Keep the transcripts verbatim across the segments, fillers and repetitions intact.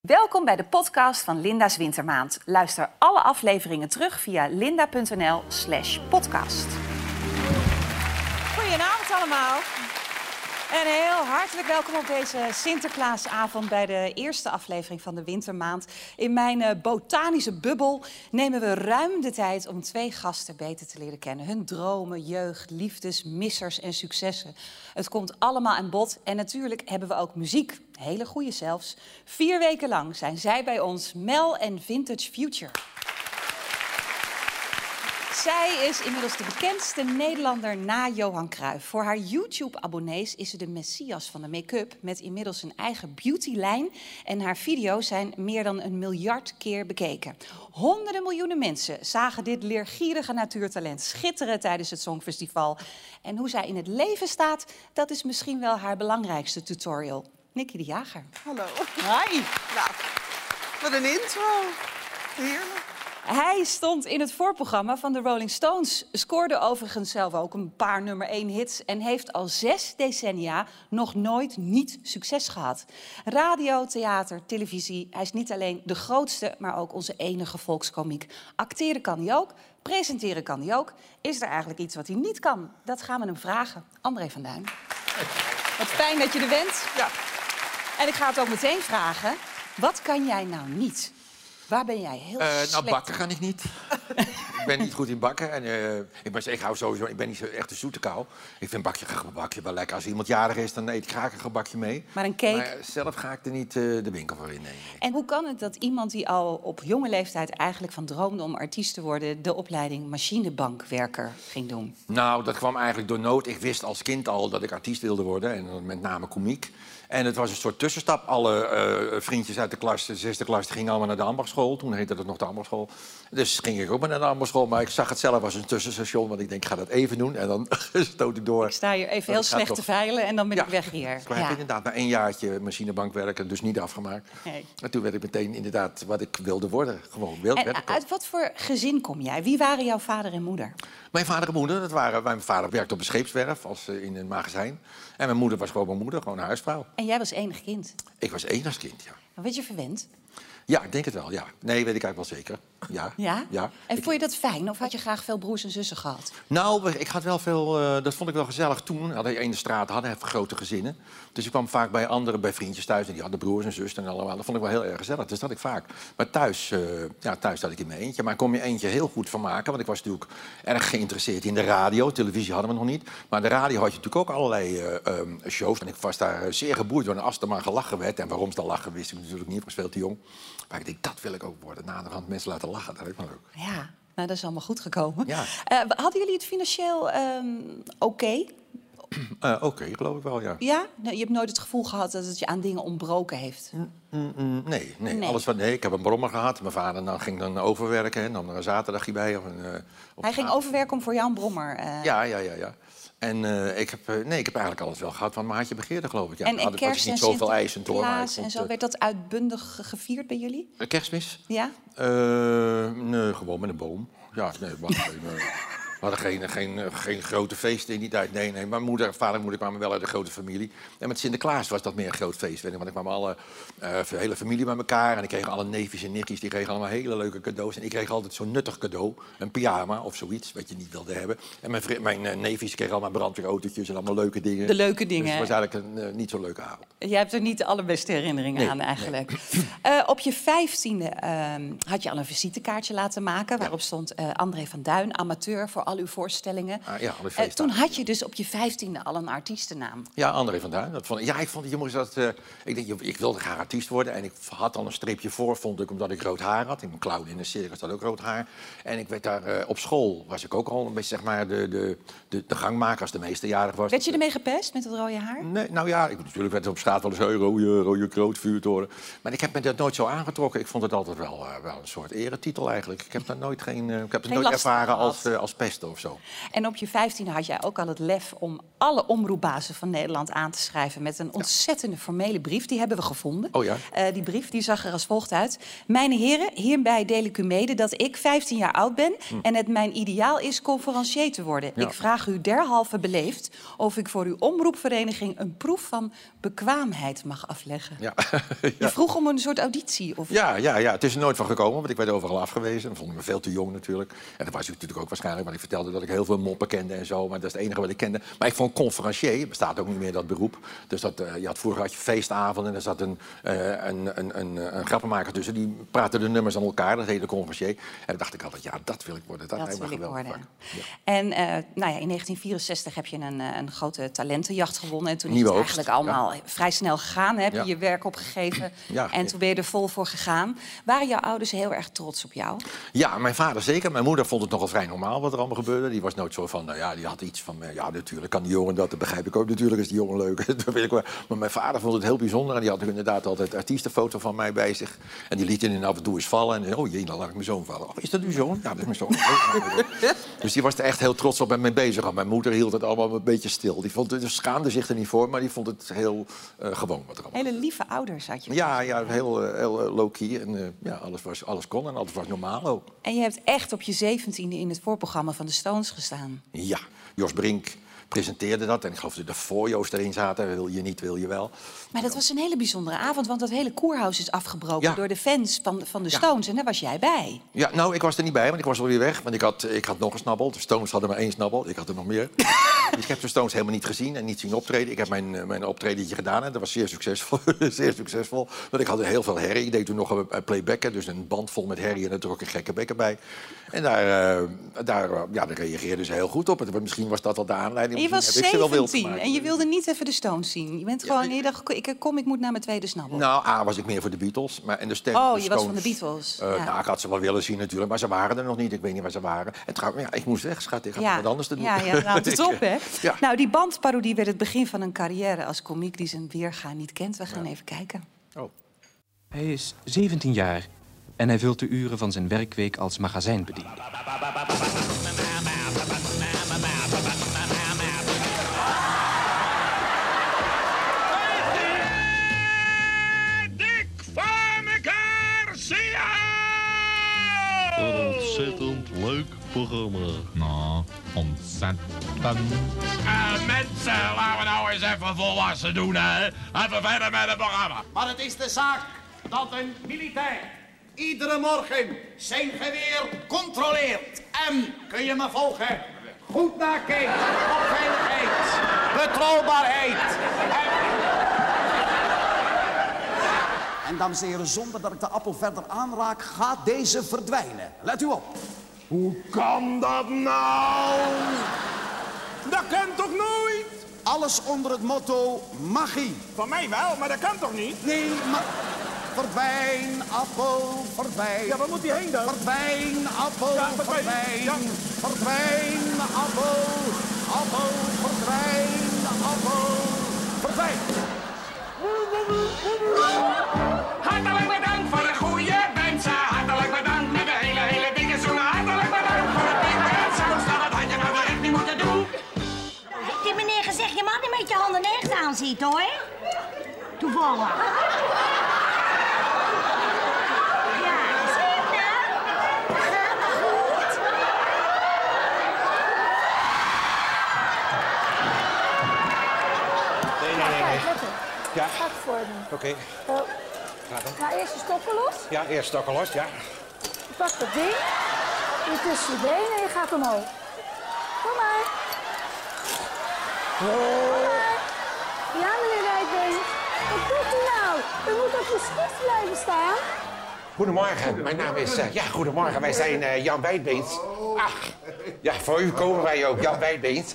Welkom bij de podcast van Linda's Wintermaand. Luister alle afleveringen terug via linda.nl slash podcast. Goedenavond allemaal. En heel hartelijk welkom op deze Sinterklaasavond bij de eerste aflevering van de Wintermaand. In mijn uh, botanische bubbel nemen we ruim de tijd om twee gasten beter te leren kennen. Hun dromen, jeugd, liefdes, missers en successen. Het komt allemaal aan bod en natuurlijk hebben we ook muziek. Hele goede zelfs. Vier weken lang zijn zij bij ons, Mel en Vintage Future. Zij is inmiddels de bekendste Nederlander na Johan Cruijff. Voor haar YouTube-abonnees is ze de messias van de make-up met inmiddels een eigen beautylijn. En haar video's zijn meer dan een miljard keer bekeken. Honderden miljoenen mensen zagen dit leergierige natuurtalent schitteren tijdens het Songfestival. En hoe zij in het leven staat, dat is misschien wel haar belangrijkste tutorial. Nikki de Jager. Hallo. Hi. Nou, wat een intro. Heerlijk. Hij stond in het voorprogramma van de Rolling Stones, scoorde overigens zelf ook een paar nummer één hits en heeft al zes decennia nog nooit niet succes gehad. Radio, theater, televisie, hij is niet alleen de grootste, maar ook onze enige volkskomiek. Acteren kan hij ook, presenteren kan hij ook. Is er eigenlijk iets wat hij niet kan? Dat gaan we hem vragen. André van Duin. Wat fijn dat je er bent. Ja. En ik ga het ook meteen vragen, wat kan jij nou niet? Waar ben jij heel Uh, slecht? nou, bakken kan ik niet. Ik ben niet goed in bakken. En, uh, ik, ben, ik hou sowieso, ik ben niet zo echt een zoete kou. Ik vind bakje, gebakje wel lekker. Als iemand jarig is, dan eet ik graag een gebakje mee. Maar een cake? Maar zelf ga ik er niet uh, de winkel voor in. Nee. En hoe kan het dat iemand die al op jonge leeftijd eigenlijk van droomde om artiest te worden, de opleiding machinebankwerker ging doen? Nou, dat kwam eigenlijk door nood. Ik wist als kind al dat ik artiest wilde worden. En met name komiek. En het was een soort tussenstap. Alle uh, vriendjes uit de klas, de zesde klas, die gingen allemaal naar de ambachtschool. Toen heette het nog de ambachtschool. Dus ging ik ook maar naar de ambachtschool. Maar ik zag het zelf als een tussenstation. Want ik denk, ik ga dat even doen. En dan stoot ik door. Ik sta hier even heel slecht toch... te veilen en dan ben ja. ik weg hier. Ik heb Ja. inderdaad na één jaartje machinebankwerken dus niet afgemaakt. Nee. En toen werd ik meteen inderdaad wat ik wilde worden. Gewoon wil, En uit wat voor gezin kom jij? Wie waren jouw vader en moeder? Mijn vader en moeder, dat waren, mijn vader werkte op een scheepswerf als, uh, in een magazijn. En mijn moeder was gewoon mijn moeder, gewoon een huisvrouw. En jij was enig kind? Ik was enig kind, ja. Maar werd je verwend? Ja, ik denk het wel, ja. Nee, weet ik eigenlijk wel zeker. Ja. Ja? Ja. En ik... vond je dat fijn? Of had je graag veel broers en zussen gehad? Nou, ik had wel veel, uh, dat vond ik wel gezellig toen. We hadden in de straat hadden even grote gezinnen. Dus ik kwam vaak bij anderen, bij vriendjes thuis. En die hadden broers en zussen en allemaal. Dat vond ik wel heel erg gezellig. Dus dat had ik vaak. Maar thuis, uh, ja, thuis had ik in mijn eentje. Maar ik kon me eentje heel goed van maken. Want ik was natuurlijk erg geïnteresseerd in de radio. Televisie hadden we nog niet. Maar in de radio had je natuurlijk ook allerlei uh, um, shows. En ik was daar zeer geboeid door. En als er maar gelachen werd. En waarom ze dan lachen wist ik natuurlijk niet. Ik was veel te jong. Maar ik denk, dat wil ik ook worden. Naderhand mensen laten lachen. Dat is wel leuk. Ja, nou, dat is allemaal goed gekomen. Ja. Uh, hadden jullie het financieel um, oké? Okay? Uh, oké, okay, geloof ik wel, ja. Ja? Nou, je hebt nooit het gevoel gehad dat het je aan dingen ontbroken heeft? Mm, mm, mm, nee, nee. Nee. Alles wat, nee, ik heb een brommer gehad. Mijn vader nou, ging dan overwerken. En dan er een zaterdagje bij. Of een, uh, Hij ging overwerken om voor jou een brommer... Uh... Ja, ja, ja, ja. En uh, ik, heb, uh, nee, ik heb eigenlijk alles wel gehad van mijn hartje begeerde, geloof ik. Ja, en en het kerst was niet en zoveel eisend, hoor. Maar en zo, werd dat uitbundig gevierd bij jullie? Uh, kerstmis? Ja? Uh, nee, gewoon met een boom. Ja, nee, wacht even. We hadden geen, geen, geen grote feesten in die tijd. Nee, nee. Mijn moeder, vader en moeder kwamen wel uit een grote familie. En met Sinterklaas was dat meer een groot feest. Want ik kwam alle uh, hele familie bij elkaar. En ik kreeg alle neefjes en nichtjes. Die kregen allemaal hele leuke cadeaus. En ik kreeg altijd zo'n nuttig cadeau. Een pyjama of zoiets, wat je niet wilde hebben. En mijn, vriend, mijn uh, neefjes kregen allemaal brandweerautootjes en allemaal leuke dingen. De leuke dingen. Dus het was eigenlijk een uh, niet zo leuke avond. Jij hebt er niet de allerbeste herinneringen nee, aan eigenlijk. Nee. Uh, op je vijftiende uh, had je al een visitekaartje laten maken. Waarop stond uh, André van Duin, amateur voor al uw voorstellingen. Ah, ja, uh, toen had je dus op je vijftiende al een artiestennaam. Ja, André van Duin. Dat vond, ja, ik vond het jongens dat. Uh, ik, denk, ik wilde graag artiest worden. En ik had al een streepje voor, vond ik, omdat ik rood haar had. Ik ben clown in een circus, had ook rood haar. En ik werd daar uh, op school was ik ook al een beetje zeg maar de, de, de, de gangmaker als de meeste jarig was. Werd je ermee gepest met het rode haar? Nee, nou ja, ik, natuurlijk werd het op straat wel eens hey, rode, rode kroot, vuurtoren. Maar ik heb me dat nooit zo aangetrokken. Ik vond het altijd wel, uh, wel een soort eretitel eigenlijk. Ik heb daar nooit geen, uh, ik heb het geen nooit ervaren gehad. als, uh, als pest. testen of zo. En op je vijftiende had jij ook al het lef om alle omroepbazen van Nederland aan te schrijven met een ontzettende formele brief. Die hebben we gevonden. Oh ja? Uh, die brief die zag er als volgt uit. Mijn heren, hierbij deel ik u mede dat ik vijftien jaar oud ben hm. en het mijn ideaal is conferencier te worden. Ja. Ik vraag u derhalve beleefd of ik voor uw omroepvereniging een proef van bekwaamheid mag afleggen. Ja. ja. Je vroeg om een soort auditie? Of... Ja, ja, ja, het is er nooit van gekomen, want ik werd overal afgewezen. Dan vond ik me veel te jong natuurlijk. En dat was ik natuurlijk ook waarschijnlijk, want ik vertelde dat ik heel veel moppen kende en zo. Maar dat is het enige wat ik kende. Maar ik vond conferencier, het bestaat ook niet meer dat beroep. Dus dat, uh, je had, vroeger had je feestavonden en er zat een, uh, een, een, een, een grappenmaker tussen. Die praatte de nummers aan elkaar, dat heette conferencier. En dan dacht ik altijd, ja, dat wil ik worden. Dat, dat wil ik worden. Ja. En uh, nou ja, in negentien vierenzestig heb je een, een grote talentenjacht gewonnen. En toen Nieuwe is het oogst. eigenlijk allemaal ja. vrij snel gegaan. Heb je ja. je werk opgegeven ja, en ja. toen ben je er vol voor gegaan. Waren jouw ouders heel erg trots op jou? Ja, mijn vader zeker. Mijn moeder vond het nogal vrij normaal wat er allemaal gebeurde. Die was nooit zo van, nou ja, die had iets van, ja, natuurlijk kan die jongen dat, dat begrijp ik ook. Natuurlijk is die jongen leuk. Dat weet ik wel. Maar mijn vader vond het heel bijzonder. En die had inderdaad altijd een artiestenfoto van mij bij zich. En die liet hij af en toe eens vallen. En oh jee, dan laat ik mijn zoon vallen. Oh, is dat uw zoon? Ja, dat is mijn zoon. Dus die was er echt heel trots op en mee bezig. Mijn moeder hield het allemaal een beetje stil. Die vond het, dus schaamde zich er niet voor, maar die vond het heel uh, gewoon wat er allemaal. Hele lieve ouders had je. Ja, ja, heel, uh, heel uh, low-key. En uh, ja, alles, was, alles kon en alles was normaal ook. En je hebt echt op je zeventiende in het voorprogramma van de Stones gestaan. Ja, Jos Brink presenteerde dat. En ik geloof dat de voorjo's erin zaten. Wil je niet, wil je wel. Maar dat was een hele bijzondere avond, want dat hele koerhuis is afgebroken ja. door de fans van, van de Stones. Ja. En daar was jij bij. Ja, nou, ik was er niet bij, want ik was alweer weg. Want ik had, ik had nog een snabbel. De Stones hadden maar één snabbel. Ik had er nog meer. Dus ik heb de Stones helemaal niet gezien en niet zien optreden. Ik heb mijn, mijn optredentje gedaan en dat was zeer succesvol. zeer succesvol. Want ik had heel veel herrie. Ik deed toen nog een playbacken, dus een band vol met herrie en er trok een gekke bekken bij. En daar, uh, daar, uh, ja, daar reageerden ze heel goed op. En misschien was dat al de aanleiding. En je was zeventien en je wilde niet even de Stones zien. Je bent Ja, gewoon, ik... je dacht, ik kom, ik moet naar mijn tweede snabbel. Nou, A, was ik meer voor de Beatles. Maar en de stem, oh, de je Stones, was van de Beatles. Uh, ja. Nou, ik had ze wel willen zien natuurlijk, maar ze waren er nog niet. Ik weet niet waar ze waren. En trouwens, ja, ik moest weg, schat. Ik had ja. wat anders te doen. Ja, ja, nou, het is op, hè? Ja. Nou, die bandparodie werd het begin van een carrière als komiek die zijn weerga niet kent. We gaan ja. even kijken. Oh. Hij is zeventien jaar en hij vult de uren van zijn werkweek als magazijnbediende. Dik voor mekaar, zie je! Een ontzettend leuk programma. Nou, ontzettend. Uh, mensen, laten we nou eens even volwassen doen, hè. Even verder met het programma. Maar het is de zaak dat een militair iedere morgen zijn geweer controleert. En, kun je me volgen, goed nakijkt op veiligheid, betrouwbaarheid en... En dames en heren, zonder dat ik de appel verder aanraak, gaat deze verdwijnen. Let u op. Hoe kan dat nou? Dat kan toch nooit? Alles onder het motto magie. Van mij wel, maar dat kan toch niet? Nee, maar... Verdwijn, appel, verdwijn. Ja, waar moet hij heen dan? Verdwijn, appel, ja, verdwijn. Ja. Verdwijn, appel, appel, verdwijn, appel, verdwijn. Hartelijk bedankt voor de goede wensen. Hartelijk bedankt met de hele, hele dikke zoenen. Hartelijk bedankt voor het big band sounds. Dat had je nou echt niet moeten doen. Ik heb meneer gezegd, je mag niet met je handen nergens aanzien, hoor. Toevallig. Ja, zie je nou? Gaat het goed? Nee, nee, nee, nee. Ja. Gaat voor me. Oké. Okay. Oh. Ga dan. Nou, eerst de stokken los. Ja, eerst stokken los, ja. Je pakt dat ding. Je tussen je benen en je gaat omhoog. Kom maar. Kom maar. Ja, meneer Wijdbeen. Wat doet u nou? U moet op uw schiet blijven staan. Goedemorgen, mijn naam is... Uh, ja, goedemorgen, wij zijn uh, Jan Wijdbeens. Ach, ja, voor u komen wij ook, Jan Wijdbeens.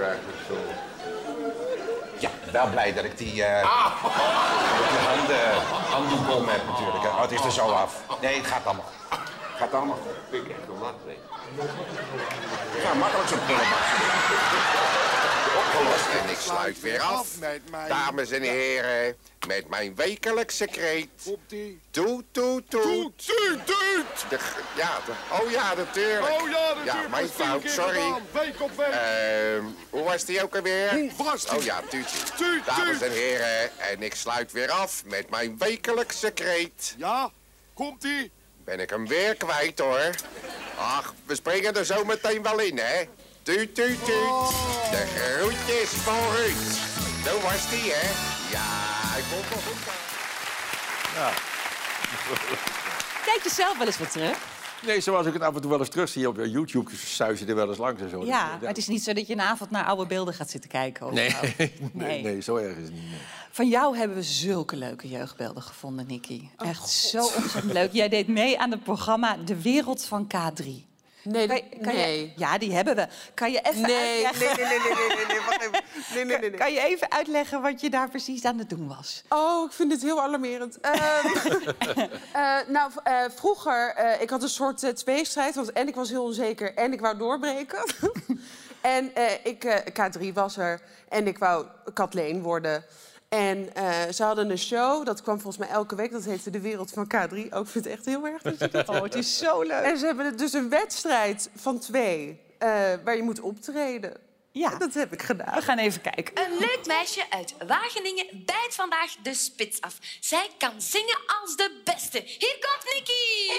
Ja, wel blij dat ik die, uh, ah. die handen, handdoek om heb natuurlijk. Oh, het is er zo af. Nee, het gaat allemaal. Het gaat allemaal goed. Ik echt wel wat, nee. Ja, makkelijk zo'n prullenbak. opgelost en ik sluit weer af. Dames en heren, met mijn wekelijkse kreet. Toet, toet, toet. Toet, toet. De, ja, de, oh ja, natuurlijk. Oh ja, natuurlijk. Ja, mijn fout, sorry. Week op week. Uh, hoe was die ook alweer? Hoe was die? Oh ja, tuut. Tuut, Dames tuut. en heren, en ik sluit weer af met mijn wekelijkse kreet. Ja, komt-ie. Ben ik hem weer kwijt, hoor. Ach, we springen er zo meteen wel in, hè. Tuut, tuut, tuut. Oh. De groetjes van Ruud. Zo was die, hè. Ja, hij komt wel goed. Ja. Kijk je zelf wel eens wat terug? Nee, zoals ik het af en toe wel eens terug zie op YouTube, suis je er wel eens langs en zo. Ja, maar het is niet zo dat je een avond naar oude beelden gaat zitten kijken. Of Nee, zo. nee, Nee. nee, zo erg is het niet. Nee. Van jou hebben we zulke leuke jeugdbeelden gevonden, Nicky. Oh, Echt zo ontzettend leuk. Jij deed mee aan het programma De Wereld van K drie. Nee, Kan je- kan je- nee. ja, die hebben we. Kan je even Nee, nee, uitleggen? nee, nee, nee, nee, nee, nee, wacht even. Nee, nee, nee, nee. Kan je even uitleggen wat je daar precies aan het doen was? Oh, ik vind het heel alarmerend. Ehm, eh, nou, v- eh, vroeger, eh, ik had een soort uh, tweestrijd, want en ik was heel onzeker en ik wou doorbreken. en eh, ik, eh, K drie was er en ik wou Kathleen worden. En eh, ze hadden een show, dat kwam volgens mij elke week. Dat heette De Wereld van K drie. Ook, ik vind het echt heel erg dat je dat... Oh, het is zo leuk. En ze hebben dus een wedstrijd van twee, uh, waar je moet optreden. Ja, dat heb ik gedaan. We gaan even kijken. Een leuk meisje uit Wageningen bijt vandaag de spits af. Zij kan zingen als de beste. Hier komt Nicky!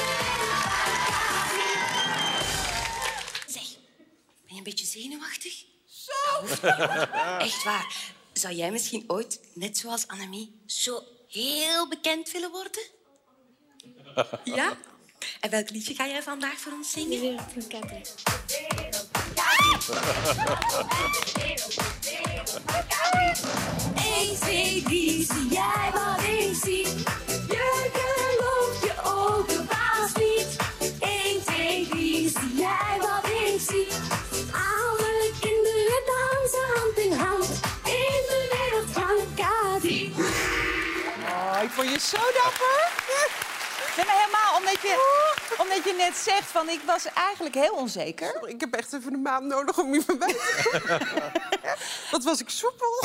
Zeg, ben je een beetje zenuwachtig? Zo! Echt waar. Zou jij misschien ooit, net zoals Annemie, zo heel bekend willen worden? Ja? En welk liedje ga jij vandaag voor ons zingen? De Wereld van K drie. één, twee, drie, zie jij wat ik zie? Je gelooft je ogen baas niet. één, twee, drie, zie jij wat ik zie? Alle kinderen dansen hand in hand in de wereld van K drie. Oh, ik vond je zo dapper. Nee, maar helemaal omdat je, omdat je net zegt van ik was eigenlijk heel onzeker. Sorry, ik heb echt even een maand nodig om hier bij te komen. Wat was ik soepel.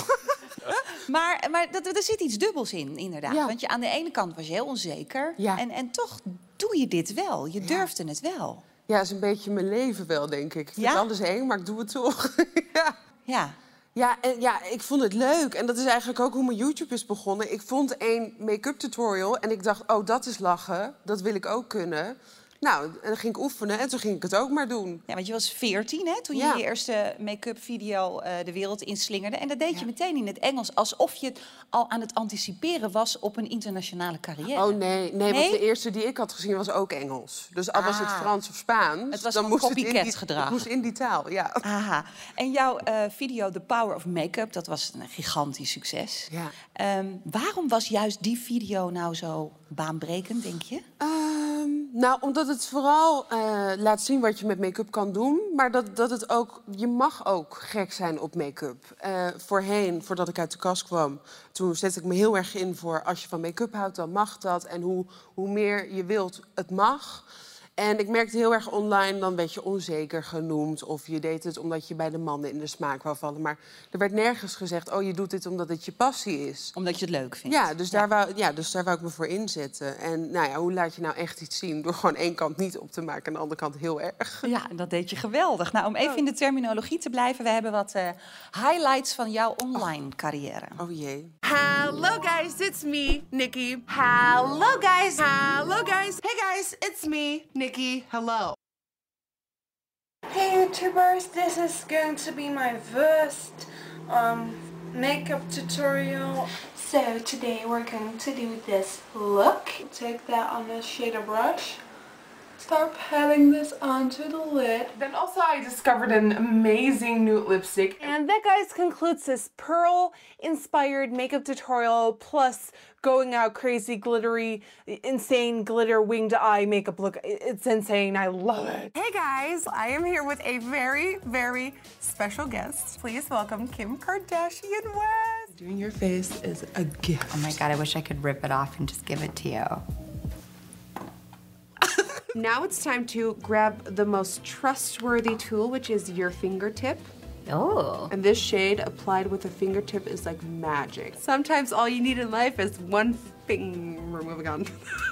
Maar, maar dat, er zit iets dubbels in, inderdaad. Ja. Want je, aan de ene kant was je heel onzeker. Ja. En, en toch doe je dit wel. Je durfde het wel. Ja, dat is een beetje mijn leven wel, denk ik. Ik vind Ja? alles eng, maar ik doe het toch. ja. Ja. Ja, en ja, ik vond het leuk. En dat is eigenlijk ook hoe mijn YouTube is begonnen. Ik vond een make-up tutorial en ik dacht, oh, dat is lachen. Dat wil ik ook kunnen. Nou, en dan ging ik oefenen en toen ging ik het ook maar doen. Ja, want je was veertien, hè, toen je Ja. je eerste make-up video uh, de wereld inslingerde. En dat deed je meteen in het Engels, alsof je al aan het anticiperen was op een internationale carrière. Oh nee, nee, Nee? want de eerste die ik had gezien was ook Engels. Dus al was het Ah. Frans of Spaans, Het was dan gewoon moest het in copycat die, gedrag. het moest in die taal, ja. Aha. En jouw uh, video The Power of Make-up, dat was een gigantisch succes. Ja. Um, waarom was juist die video nou zo baanbrekend, denk je? Um, nou, omdat het vooral uh, laat zien wat je met make-up kan doen. Maar dat, dat het ook, je mag ook gek zijn op make-up. Uh, voorheen, voordat ik uit de kast kwam, toen zette ik me heel erg in voor als je van make-up houdt, dan mag dat. En hoe, hoe meer je wilt, het mag. En ik merkte heel erg online, dan werd je onzeker genoemd. Of je deed het omdat je bij de mannen in de smaak wou vallen. Maar er werd nergens gezegd, oh, je doet dit omdat het je passie is. Omdat je het leuk vindt. Ja, dus, Daar, wou, ja, dus daar wou ik me voor inzetten. En nou ja, hoe laat je nou echt iets zien? Door gewoon één kant niet op te maken en de andere kant heel erg. Ja, en dat deed je geweldig. Nou, om even in de terminologie te blijven, we hebben wat uh, highlights van jouw online carrière. Oh jee. Hello guys, it's me, Nicky. Hello guys. Hello guys. Hey guys, it's me, Nicky. Hello. Hey YouTubers, this is going to be my first um, makeup tutorial. So today we're going to do this look. Take that on a shader brush. Start patting this onto the lid. Then also I discovered an amazing nude lipstick. And that, guys, concludes this Pearl-inspired makeup tutorial, plus going out crazy, glittery, insane glitter winged eye makeup look. It's insane. I love it. Hey, guys. I am here with a very, very special guest. Please welcome Kim Kardashian West. Doing your face is a gift. Oh my God, I wish I could rip it off and just give it to you. Now it's time to grab the most trustworthy tool, which is your fingertip. Oh. And this shade applied with a fingertip is like magic. Sometimes all you need in life is one finger. Moving on.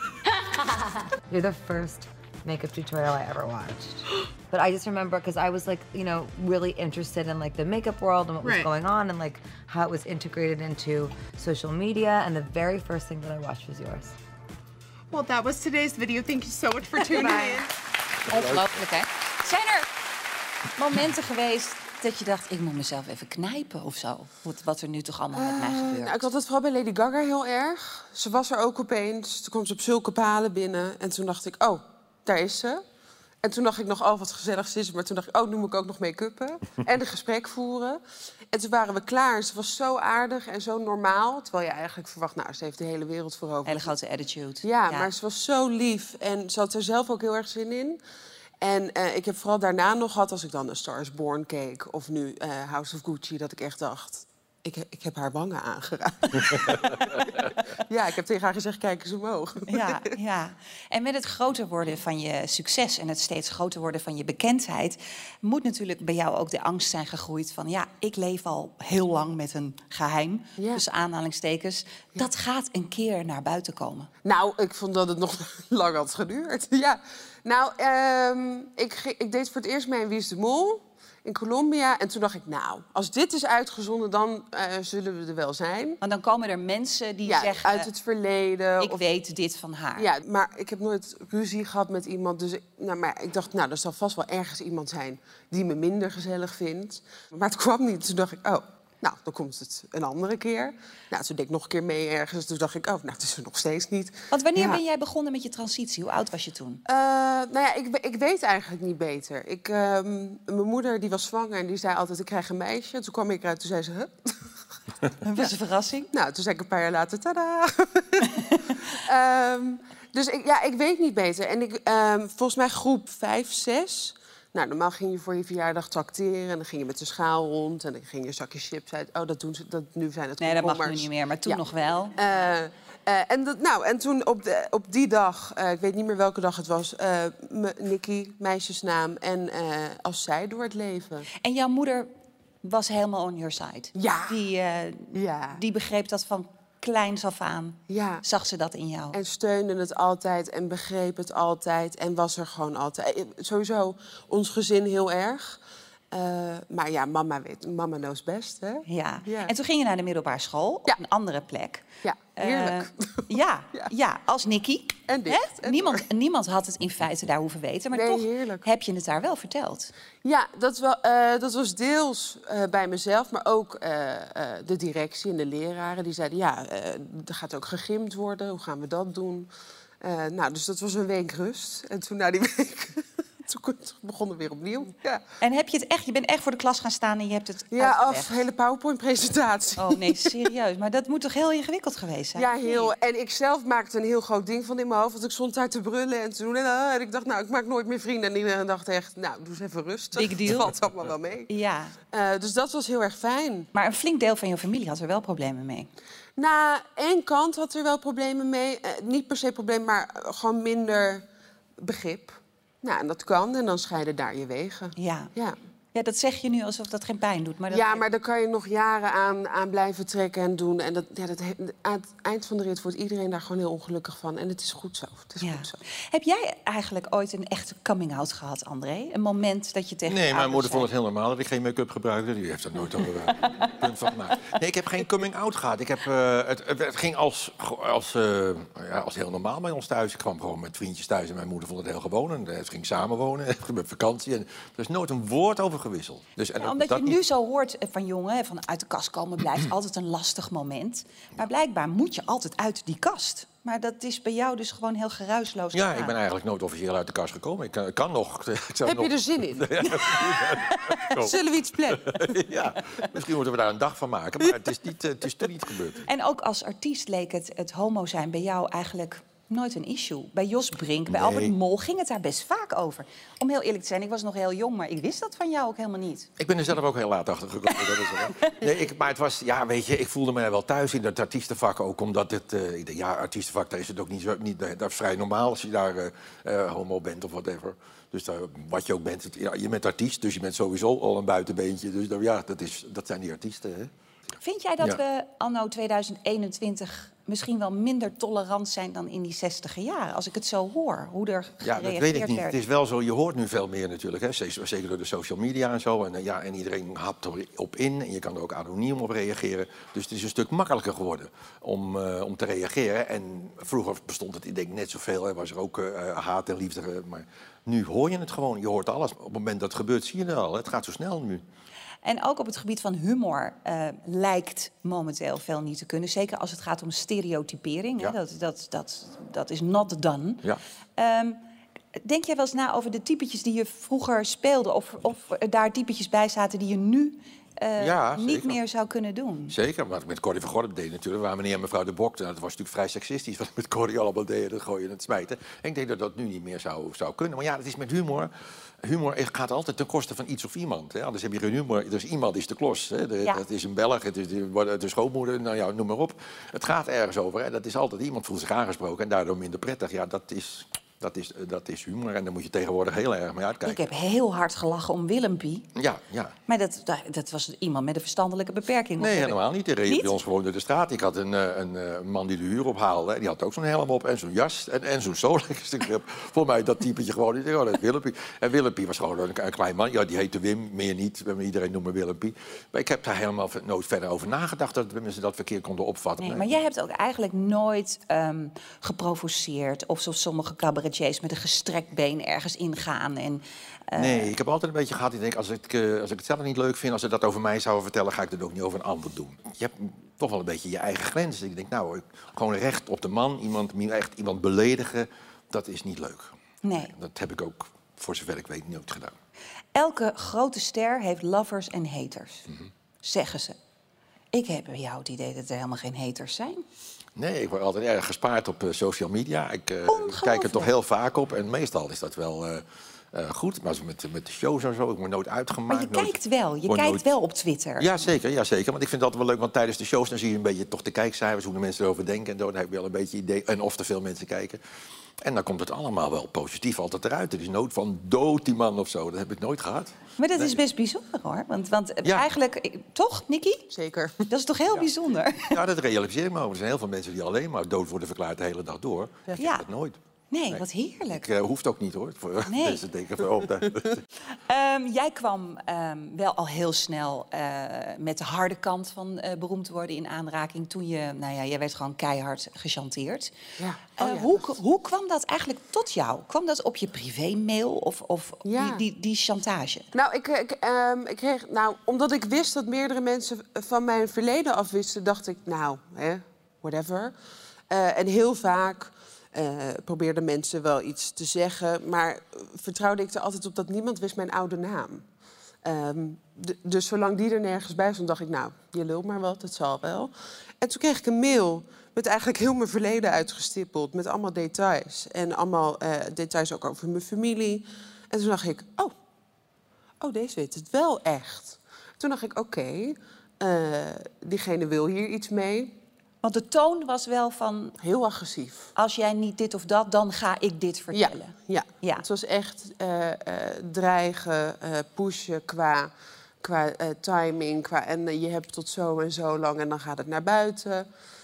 You're the first makeup tutorial I ever watched. But I just remember because I was like, you know, really interested in like the makeup world and what was Right. going on and like how it was integrated into social media. And the very first thing that I watched was yours. Well, that was today's video. Thank you so much for tuning in. Ongelooflijk, hè? Zijn er momenten geweest dat je dacht, ik moet mezelf even knijpen of zo? Wat, wat er nu toch allemaal met mij Uh, gebeurt? nou, ik had het vooral bij Lady Gaga heel erg. Ze was er ook opeens. Toen kwam ze op zulke palen binnen. En toen dacht ik, oh, daar is ze. En toen dacht ik nog, oh, wat gezellig is. Maar toen dacht ik, oh, nu moet ik ook nog make-uppen. En een gesprek voeren. En toen waren we klaar. Ze was zo aardig en zo normaal. Terwijl je eigenlijk verwacht, nou, ze heeft de hele wereld voorover. Hele grote attitude. Ja, Ja. maar ze was zo lief. En ze had er zelf ook heel erg zin in. En uh, ik heb vooral daarna nog gehad, als ik dan een Star is Born keek... of nu uh, House of Gucci, dat ik echt dacht... Ik, ik heb haar wangen aangeraakt. Ja, ik heb tegen haar gezegd, kijk eens omhoog. Ja, ja. En met het groter worden van je succes en het steeds groter worden van je bekendheid... moet natuurlijk bij jou ook de angst zijn gegroeid van... ja, ik leef al heel lang met een geheim, Ja. tussen aanhalingstekens. Dat gaat een keer naar buiten komen. Nou, ik vond dat het nog lang had geduurd. Ja. Nou, um, ik, ging- ik deed voor het eerst mee in Wie is de Mol in Colombia. En toen dacht ik, nou, als dit is uitgezonden, dan uh, zullen we er wel zijn. Want dan komen er mensen die Ja, zeggen... uit het verleden. Ik of- weet dit van haar. Ja, maar ik heb nooit ruzie gehad met iemand. Dus ik, nou, maar ik dacht, nou, er zal vast wel ergens iemand zijn die me minder gezellig vindt. Maar het kwam niet. Toen dacht ik, oh, nou, dan komt het een andere keer. Nou, toen deed ik nog een keer mee ergens. Toen dacht ik, oh, nou, het is er nog steeds niet. Want wanneer Ja. ben jij begonnen met je transitie? Hoe oud was je toen? Uh, nou ja, ik, ik weet eigenlijk niet beter. Ik, um, mijn moeder die was zwanger en die zei altijd, ik krijg een meisje. En toen kwam ik eruit, toen zei ze, huh? Dat was een verrassing. Nou, toen zei ik een paar jaar later, tada! um, dus ik, ja, ik weet niet beter. En ik, um, volgens mij groep vijf, zes... Nou, normaal ging je voor je verjaardag tracteren... en dan ging je met de schaal rond en dan ging je een zakje chips uit. Oh, dat doen ze, dat, nu zijn het Nee, dat mag nu komkommers. niet meer, maar toen Ja. nog wel. Uh, uh, en, dat, nou, en toen op, de, op die dag, uh, ik weet niet meer welke dag het was... Uh, me- Nikki, meisjesnaam, en uh, als zij door het leven. En jouw moeder was helemaal on your side. Ja. Die, uh, Ja. die begreep dat van kleins af aan. Ja. Zag ze dat in jou. En steunde het altijd en begreep het altijd en was er gewoon altijd. Eh, Sowieso ons gezin heel erg. Uh, maar ja, mama weet, mama knows best, hè? Ja. Ja. En toen ging je naar de middelbare school op een andere plek. Ja, heerlijk. Uh, ja, ja. ja, als Nikki. En dicht. Hè? Niemand, niemand had het in feite daar hoeven weten. Maar Nee, toch heerlijk. heb je het daar wel verteld. Ja, dat, wel, uh, dat was deels uh, bij mezelf, maar ook uh, uh, de directie en de leraren. Die zeiden, ja, uh, er gaat ook gegimd worden. Hoe gaan we dat doen? Uh, nou, dus dat was een week rust. En toen na die week... Toen begonnen we weer opnieuw. Ja, En heb je het echt, je bent echt voor de klas gaan staan en je hebt het ja uitgelegd? af, hele PowerPoint-presentatie. Oh nee, serieus. Maar dat moet toch heel ingewikkeld geweest zijn? Ja, heel. En ik zelf maakte een heel groot ding van in mijn hoofd. Want ik stond daar te brullen en te doen. En, uh, en ik dacht, nou, ik maak nooit meer vrienden. En iedereen dacht echt, nou, doe eens even rustig. Big deal. Het valt allemaal wel mee. Ja. Uh, dus dat was heel erg fijn. Maar een flink deel van je familie had er wel problemen mee. Na één kant had er wel problemen mee. Uh, niet per se probleem, maar uh, gewoon minder begrip. Nou, en dat kan. En dan scheiden daar je wegen. Ja. Ja. Ja, dat zeg je nu alsof dat geen pijn doet. Maar dat... Ja, maar daar kan je nog jaren aan, aan blijven trekken en doen. En dat, ja, dat, he- aan het eind van de rit wordt iedereen daar gewoon heel ongelukkig van. En het is goed zo. Het is Ja. goed zo. Heb jij eigenlijk ooit een echte coming-out gehad, André? Een moment dat je tegen je Nee, mijn ouders moeder vond het zei- heel normaal dat ik geen make-up gebruikte. Die heeft er nooit over uh, punt van gemaakt. Nee, ik heb geen coming-out gehad. Ik heb, uh, het, het, het ging als, als, uh, ja, als heel normaal bij ons thuis. Ik kwam gewoon met vriendjes thuis en mijn moeder vond het heel gewoon. En het ging samenwonen, met vakantie. En er is nooit een woord over gewisseld. Dus, en Ja, ook omdat dat je niet- nu zo hoort van jongen, van uit de kast komen blijft altijd een lastig moment. Maar blijkbaar moet je altijd uit die kast. Maar dat is bij jou dus gewoon heel geruisloos Ja, gegaan. ik ben eigenlijk nooit officieel uit de kast gekomen. Ik kan, ik kan nog. Ik zou Heb nog... je er zin in? Kom. Zullen we iets plannen? Ja, misschien moeten we daar een dag van maken. Maar het is, niet, uh, het is toen niet gebeurd. En ook als artiest leek het, het homo zijn bij jou eigenlijk nooit een issue. Bij Jos Brink, bij Nee. Albert Mol ging het daar best vaak over. Om heel eerlijk te zijn, ik was nog heel jong, maar ik wist dat van jou ook helemaal niet. Ik ben er zelf ook heel laat achter gekomen. Dat is wel. Nee, ik, maar het was, ja, weet je, ik voelde me wel thuis in het artiestenvak ook. Omdat het, uh, ik denk, ja, artiestenvak, daar is het ook niet zo, niet, dat is vrij normaal als je daar uh, uh, homo bent of whatever. Dus uh, wat je ook bent, het, ja, je bent artiest, dus je bent sowieso al een buitenbeentje. Dus uh, ja, dat, is, dat zijn die artiesten, hè. Vind jij dat Ja. we anno tweeduizend eenentwintig misschien wel minder tolerant zijn dan in die zestiger jaren? Als ik het zo hoor, hoe er Ja, gereageerd dat weet ik niet. werd. Het is wel zo, je hoort nu veel meer natuurlijk. Hè? Zeker zeker door de social media en zo. En, uh, ja, en iedereen hapt erop in. En je kan er ook anoniem op reageren. Dus het is een stuk makkelijker geworden om, uh, om te reageren. En vroeger bestond het, ik denk, net zoveel. Er was er ook uh, haat en liefde. Uh, maar nu hoor je het gewoon. Je hoort alles. Op het moment dat het gebeurt, zie je het al. Het gaat zo snel nu. En ook op het gebied van humor uh, lijkt momenteel veel niet te kunnen. Zeker als het gaat om stereotypering. Ja. Hè? Dat, dat, dat, dat is not done. Ja. Um, denk jij wel eens na over de typetjes die je vroeger speelde? Of, of er daar typetjes bij zaten die je nu uh, Ja, niet zeker. meer zou kunnen doen? Zeker, wat ik met Corrie van Gorp deed natuurlijk. Waar meneer en mevrouw de Bok, nou, dat was natuurlijk vrij seksistisch. Wat ik met Corrie allemaal deed, dat gooien en het smijten. En ik denk dat dat nu niet meer zou, zou kunnen. Maar ja, het is met humor. Humor gaat altijd ten koste van iets of iemand. Hè? Anders heb je geen humor. Dus iemand is de klos. Hè? De, Ja. Het is een Belg, het is de, de schoonmoeder, nou ja, noem maar op. Het gaat ergens over. Hè? Dat is altijd iemand voelt zich aangesproken en daardoor minder prettig. Ja, dat is, dat is, dat is humor. En daar moet je tegenwoordig heel erg mee uitkijken. Ik heb heel hard gelachen om Willempie. Ja, ja. Maar dat, dat, dat was iemand met een verstandelijke beperking. Nee, Of- helemaal niet. Die reed Niet? bij ons gewoon door de straat. Ik had een, eh, een, eh, een man die de huur ophaalde. En die had ook zo'n helm op en zo'n jas en, en zo'n Solex. Voor mij dat typetje gewoon niet. Oh, dat is Willempie. En Willempie was gewoon een, een klein man. Ja, die heette Wim, meer niet. Iedereen noemt me Willempie. Maar ik heb daar helemaal nooit verder over nagedacht dat mensen dat verkeerd konden opvatten. Nee, maar jij hebt ook eigenlijk nooit um, geprovoceerd... of zoals sommige cabaretiers met een gestrekt been ergens ingaan. En, uh... Nee, ik heb altijd een beetje gehad. Ik denk, als ik, uh, als ik het zelf niet leuk vind, als ze dat over mij zouden vertellen, ga ik dat ook niet over een ander doen. Je hebt toch wel een beetje je eigen grenzen. Ik denk, nou, ik, gewoon recht op de man, iemand, echt iemand beledigen, dat is niet leuk. Nee. Dat heb ik ook, voor zover ik weet, nooit gedaan. Elke grote ster heeft lovers en haters, mm-hmm. zeggen ze. Ik heb bij jou het idee dat er helemaal geen haters zijn. Nee, ik word altijd erg gespaard op uh, social media. Ik uh, kijk er toch heel vaak op en meestal is dat wel uh, uh, goed. Maar met, met de shows en zo, ik word nooit uitgemaakt. Maar je nooit, kijkt wel, je kijkt nooit... wel op Twitter. Ja, zeker, ja, zeker. Want ik vind het altijd wel leuk, want tijdens de shows dan zie je een beetje toch de kijkcijfers, hoe de mensen erover denken. En dan heb je wel een beetje idee, en of er veel mensen kijken. En dan komt het allemaal wel positief altijd eruit. Er is nood van dood die man of zo. Dat heb ik nooit gehad. Maar dat nee. is best bijzonder, hoor. Want, want ja. eigenlijk... Toch, Nicky? Zeker. Dat is toch heel ja. bijzonder? Ja, dat realiseer ik me over. Er zijn heel veel mensen die alleen maar dood worden verklaard de hele dag door. Ja. Ik heb dat nooit. Nee, nee, wat heerlijk. Ik uh, hoeft ook niet, hoor. Voor nee. mensen denken van, oh, dat... um, jij kwam um, wel al heel snel uh, met de harde kant van uh, beroemd worden in aanraking. Toen je, nou ja, jij werd gewoon keihard gechanteerd. Ja. Uh, oh, ja. hoe, hoe kwam dat eigenlijk tot jou? Kwam dat op je privémail of, of ja. die, die, die chantage? Nou, ik, ik, um, ik kreeg, nou, omdat ik wist dat meerdere mensen van mijn verleden afwisten, dacht ik, nou, hè, whatever. Uh, en heel vaak uh, probeerden mensen wel iets te zeggen, maar vertrouwde ik er altijd op dat niemand wist mijn oude naam. Um, d- dus zolang die er nergens bij stond, dacht ik, nou, je lult maar wat, dat zal wel. En toen kreeg ik een mail met eigenlijk heel mijn verleden uitgestippeld, met allemaal details. En allemaal uh, details ook over mijn familie. En toen dacht ik, oh, oh, deze weet het wel echt. Toen dacht ik, oké, okay, uh, diegene wil hier iets mee. Want de toon was wel van... Heel agressief. Als jij niet dit of dat, dan ga ik dit vertellen. Ja, ja. ja. Het was echt uh, uh, dreigen, uh, pushen qua, qua uh, timing. Qua, en uh, je hebt tot zo en zo lang en dan gaat het naar buiten.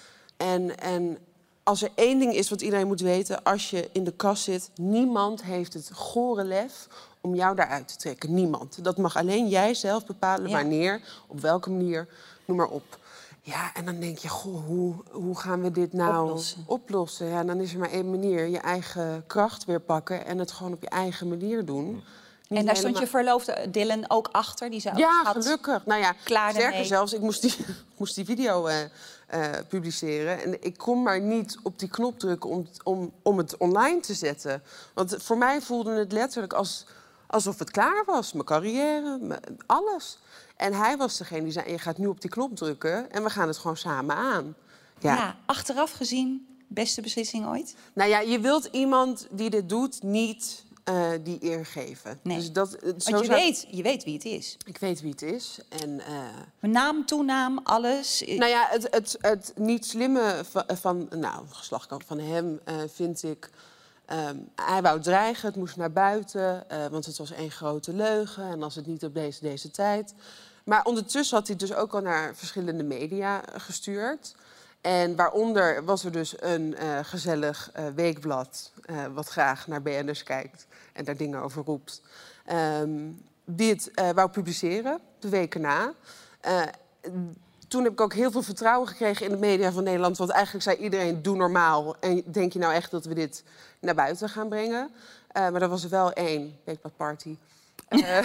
En, en als er één ding is wat iedereen moet weten, als je in de kast zit, niemand heeft het gore lef om jou daaruit te trekken. Niemand. Dat mag alleen jij zelf bepalen, ja. Wanneer, op welke manier, noem maar op. Ja, en dan denk je, goh, hoe, hoe gaan we dit nou oplossen? oplossen? Ja, dan is er maar één manier, je eigen kracht weer pakken en het gewoon op je eigen manier doen. Niet en daar helemaal... stond je verloofde Dylan ook achter? Die zei, ja, oh, schat, gelukkig. Nou ja, klaar sterker ermee. zelfs, ik moest die, moest die video uh, uh, publiceren. En ik kon maar niet op die knop drukken om, om, om het online te zetten. Want voor mij voelde het letterlijk als, alsof het klaar was. Mijn carrière, mijn, alles. En hij was degene die zei, je gaat nu op die knop drukken en we gaan het gewoon samen aan. Ja, Ja, achteraf gezien beste beslissing ooit? Nou ja, je wilt iemand die dit doet niet uh, die eer geven. Nee. Dus dat, Want zo je, zou... weet, je weet wie het is. Ik weet wie het is. En, uh... naam, toenaam, alles. Nou ja, het, het, het niet slimme van, van nou, geslachtkant van hem uh, vind ik... Um, hij wou dreigen, het moest naar buiten, uh, want het was één grote leugen. En als het niet op deze, deze tijd. Maar ondertussen had hij dus ook al naar verschillende media gestuurd. En waaronder was er dus een uh, gezellig uh, weekblad... Uh, wat graag naar B N N'ers kijkt en daar dingen over roept. Um, die het uh, wou publiceren, de weken na. Uh, toen heb ik ook heel veel vertrouwen gekregen in de media van Nederland. Want eigenlijk zei iedereen, doe normaal. En denk je nou echt dat we dit naar buiten gaan brengen? Uh, maar er was er wel één, Weekblad Party. Uh,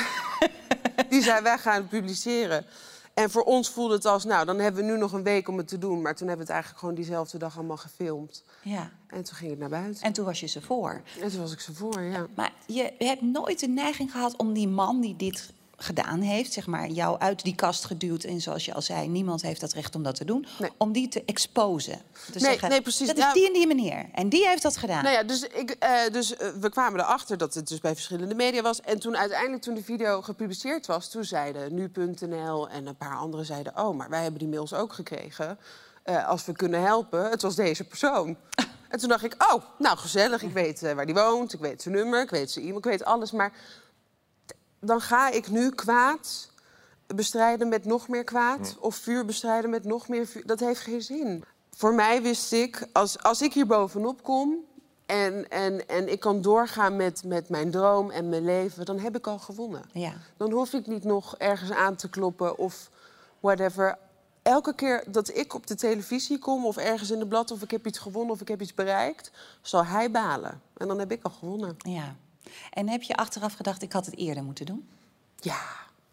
die zei, wij gaan het publiceren. En voor ons voelde het als, nou, dan hebben we nu nog een week om het te doen. Maar toen hebben we het eigenlijk gewoon diezelfde dag allemaal gefilmd. Ja. En toen ging het naar buiten. En toen was je ze voor. En toen was ik ze voor, ja. Maar je hebt nooit de neiging gehad om die man die dit gedaan heeft, zeg maar, jou uit die kast geduwd. En zoals je al zei, niemand heeft dat recht om dat te doen. Nee. Om die te exposen. Te nee, zeggen, nee, precies. Dat is ja. die en die meneer. En die heeft dat gedaan. Nou ja, dus, ik, uh, dus uh, we kwamen erachter dat het dus bij verschillende media was. En toen uiteindelijk, toen de video gepubliceerd was, toen zeiden nu punt n l en een paar anderen zeiden, oh, maar wij hebben die mails ook gekregen. Uh, als we kunnen helpen, het was deze persoon. En toen dacht ik, oh, nou gezellig. Ik weet uh, waar die woont, ik weet zijn nummer, ik weet zijn e-mail, ik weet alles. Maar dan ga ik nu kwaad bestrijden met nog meer kwaad. Ja. Of vuur bestrijden met nog meer vuur. Dat heeft geen zin. Voor mij wist ik, als, als ik hier bovenop kom en, en, en ik kan doorgaan met, met mijn droom en mijn leven, dan heb ik al gewonnen. Ja. Dan hoef ik niet nog ergens aan te kloppen of whatever. Elke keer dat ik op de televisie kom of ergens in de blad of ik heb iets gewonnen of ik heb iets bereikt, zal hij balen. En dan heb ik al gewonnen. Ja. En heb je achteraf gedacht, ik had het eerder moeten doen? Ja.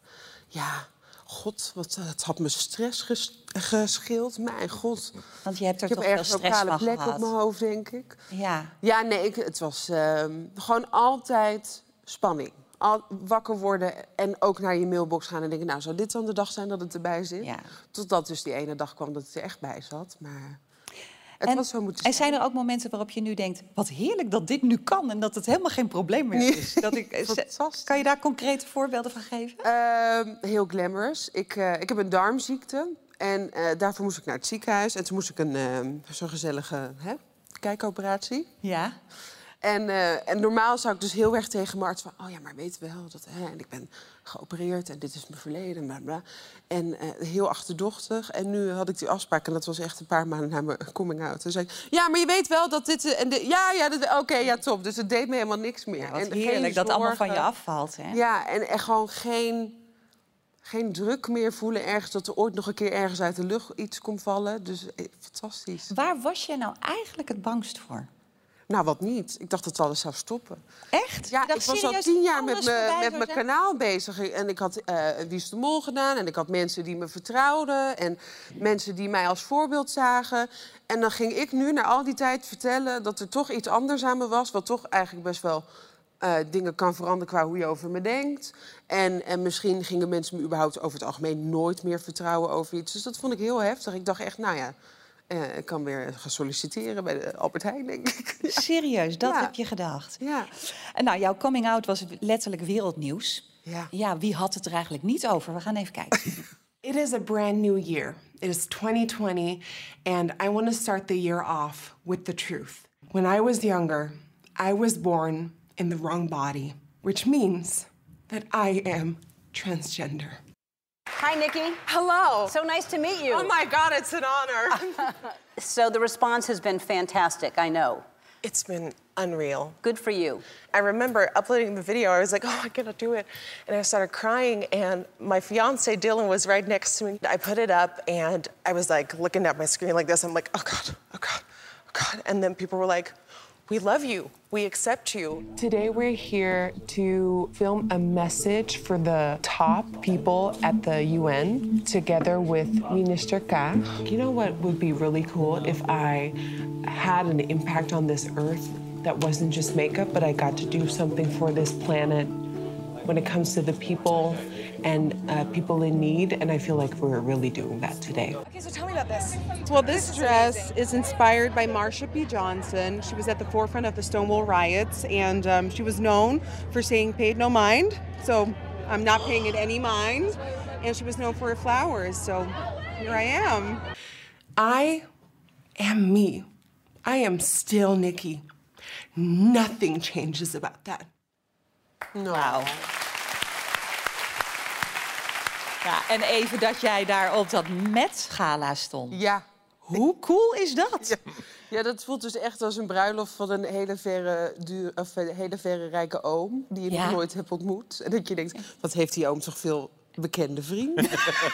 Ja. God, wat, het had me stress ges gescheeld. Mijn god. Want je hebt er ik toch heb veel ergens stress een kale van plek gehad. op mijn hoofd, denk ik. Ja. Ja, nee, ik, het was uh, gewoon altijd spanning. Al, wakker worden en ook naar je mailbox gaan en denken, nou, zou dit dan de dag zijn dat het erbij zit? Ja. Totdat dus die ene dag kwam dat het er echt bij zat. Maar het en, was zo moeten en zijn er ook momenten waarop je nu denkt, wat heerlijk dat dit nu kan en dat het helemaal geen probleem meer is? Dat ik, kan je daar concrete voorbeelden van geven? Uh, heel glamorous. Ik, uh, ik heb een darmziekte en uh, daarvoor moest ik naar het ziekenhuis. En toen moest ik een uh, zo'n gezellige hè, kijkoperatie. Ja. En, uh, en normaal zou ik dus heel erg tegen mijn arts van, oh ja, maar weet wel dat, hè, en ik ben geopereerd en dit is mijn verleden, bla bla. En uh, heel achterdochtig. En nu had ik die afspraak en dat was echt een paar maanden na mijn coming out. Toen zei ik, ja, maar je weet wel dat dit en dit, ja, ja, oké, okay, ja, top. Dus het deed me helemaal niks meer. Ja, wat en heerlijk dat allemaal van je afvalt, hè? Ja, en, en gewoon geen, geen druk meer voelen ergens dat er ooit nog een keer ergens uit de lucht iets kon vallen. Dus eh, fantastisch. Waar was je nou eigenlijk het bangst voor? Nou, wat niet. Ik dacht dat alles zou stoppen. Echt? Ja, ik was al tien jaar met mijn kanaal bezig. En ik had uh, Wie is de Mol gedaan. En ik had mensen die me vertrouwden. En mensen die mij als voorbeeld zagen. En dan ging ik nu na al die tijd vertellen dat er toch iets anders aan me was. Wat toch eigenlijk best wel uh, dingen kan veranderen qua hoe je over me denkt. En, en misschien gingen mensen me überhaupt over het algemeen nooit meer vertrouwen over iets. Dus dat vond ik heel heftig. Ik dacht echt, nou ja, Uh, ik kan weer gaan solliciteren bij de Albert Heijn, denk ik. Ja. Serieus, dat ja. heb je gedacht? Ja. En nou, jouw coming out was letterlijk wereldnieuws. Ja. Ja, wie had het er eigenlijk niet over? We gaan even kijken. It is a brand new year. It is twenty twenty, and I want to start the year off with the truth. When I was younger, I was born in the wrong body, which means that I am transgender. Hi, Nikki. Hello. So nice to meet you. Oh my God, it's an honor. So the response has been fantastic, I know. It's been unreal. Good for you. I remember uploading the video, I was like, oh, I gotta do it. And I started crying, and my fiance, Dylan, was right next to me. I put it up, and I was like looking at my screen like this. I'm like, oh God, oh God, oh God. And then people were like, we love you. We accept you. Today we're here to film a message for the top people at the U N together with Minister Ka. You know what would be really cool if I had an impact on this earth that wasn't just makeup, but I got to do something for this planet when it comes to the people and uh, people in need, and I feel like we're really doing that today. Okay, so tell me about this. Well, this dress is inspired by Marsha P. Johnson. She was at the forefront of the Stonewall riots, and um, she was known for saying paid no mind. So I'm not paying it any mind. And she was known for her flowers, so here I am. I am me. I am still Nikki. Nothing changes about that. Wauw. Ja, en even dat jij daar op dat Met-gala stond. Ja. Hoe cool is dat? Ja. Ja, dat voelt dus echt als een bruiloft van een hele verre, duur, of een hele verre rijke oom... die je Ja. nog nooit hebt ontmoet. En dat je denkt, wat heeft die oom toch veel bekende vrienden?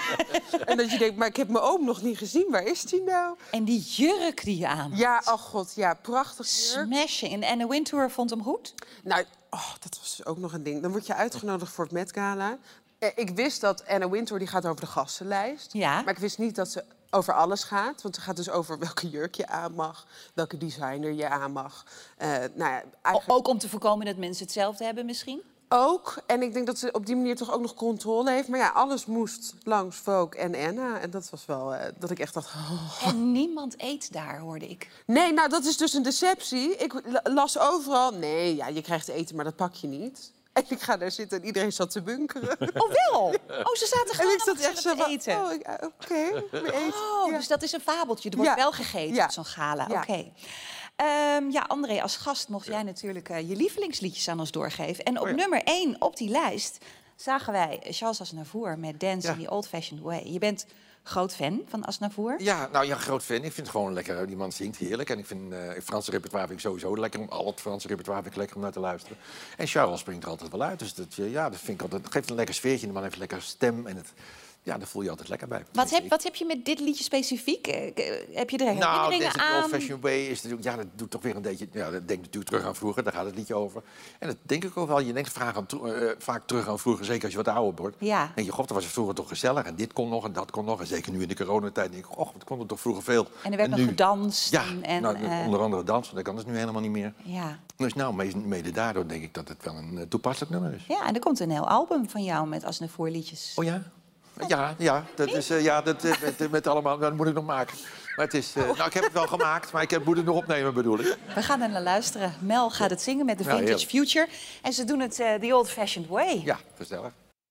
En dat je denkt, maar ik heb mijn oom nog niet gezien. Waar is die nou? En die jurk die je aan had. Ja, oh god, ja, prachtig jurk. Smashing. En Anna Wintour vond hem goed? Nou, oh, dat was ook nog een ding. Dan word je uitgenodigd voor het Met Gala. Eh, ik wist dat Anna Wintour die gaat over de gastenlijst. Ja. Maar ik wist niet dat ze over alles gaat. Want het gaat dus over welke jurk je aan mag. Welke designer je aan mag. Eh, nou ja, eigenlijk... Ook om te voorkomen dat mensen hetzelfde hebben misschien? Ook. En ik denk dat ze op die manier toch ook nog controle heeft. Maar ja, alles moest langs Vogue en Anna. En dat was wel eh, dat ik echt dacht... Oh. En niemand eet daar, hoorde ik. Nee, nou, dat is dus een deceptie. Ik las overal... Nee, ja, je krijgt eten, maar dat pak je niet. En ik ga daar zitten en iedereen zat te bunkeren. Oh, wel? Oh, ze zaten gewoon en ik zat echt zo te van, eten. Oh, ik- oké, okay, eten. Oh, Ja. dus dat is een fabeltje. Er wordt Ja. wel gegeten Ja. op zo'n gala. Ja. Oké. Ehm, ja, André, als gast mocht jij natuurlijk eh, je lievelingsliedjes aan ons doorgeven. En op Oh ja. nummer één op die lijst zagen wij Charles Aznavour met Dance Ja. in the Old Fashioned Way. Je bent groot fan van Aznavour. Ja, nou ja, groot fan. Ik vind het gewoon lekker. Die man zingt heerlijk. En ik vind uh, het Franse repertoire vind ik sowieso lekker. Om, al het Franse repertoire vind ik lekker om naar te luisteren. En Charles springt er altijd wel uit. Dus dat, ja, dat vind ik altijd, geeft een lekker sfeertje. De man heeft een lekker stem. En het, ja, daar voel je altijd lekker bij. Wat heb, wat heb je met dit liedje specifiek? Eh, k- Heb je er Nou, herinneringen deze aan? Old Fashioned Way is natuurlijk, ja, dat doet toch weer een beetje, ja, dat denkt natuurlijk terug aan vroeger, daar gaat het liedje over. En dat denk ik ook wel, je denkt vaak, aan, uh, vaak terug aan vroeger, zeker als je wat ouder wordt. Ja. Dan denk je, god, dat was het vroeger toch gezellig en dit kon nog en dat kon nog. En zeker nu in de coronatijd denk ik, och, dat kon er toch vroeger veel. En er werd nog nu, gedanst. Ja, en, en, nou, eh, onder andere dansen, dat kan dus nu helemaal niet meer. ja. Dus nou, mede, mede daardoor denk ik dat het wel een uh, toepasselijk nummer is. ja, en er komt een heel album van jou met Aznavour liedjes. Oh ja? Ja, ja, dat is, uh, ja dat, uh, met, met allemaal, dat moet ik nog maken. Maar het is, uh, nou, ik heb het wel gemaakt, maar ik heb, moet het nog opnemen, bedoel ik. We gaan er naar luisteren. Mel gaat het zingen met de Ja, Vintage heerlijk. Future. En ze doen het uh, the Old Fashioned Way. Ja, gezellig.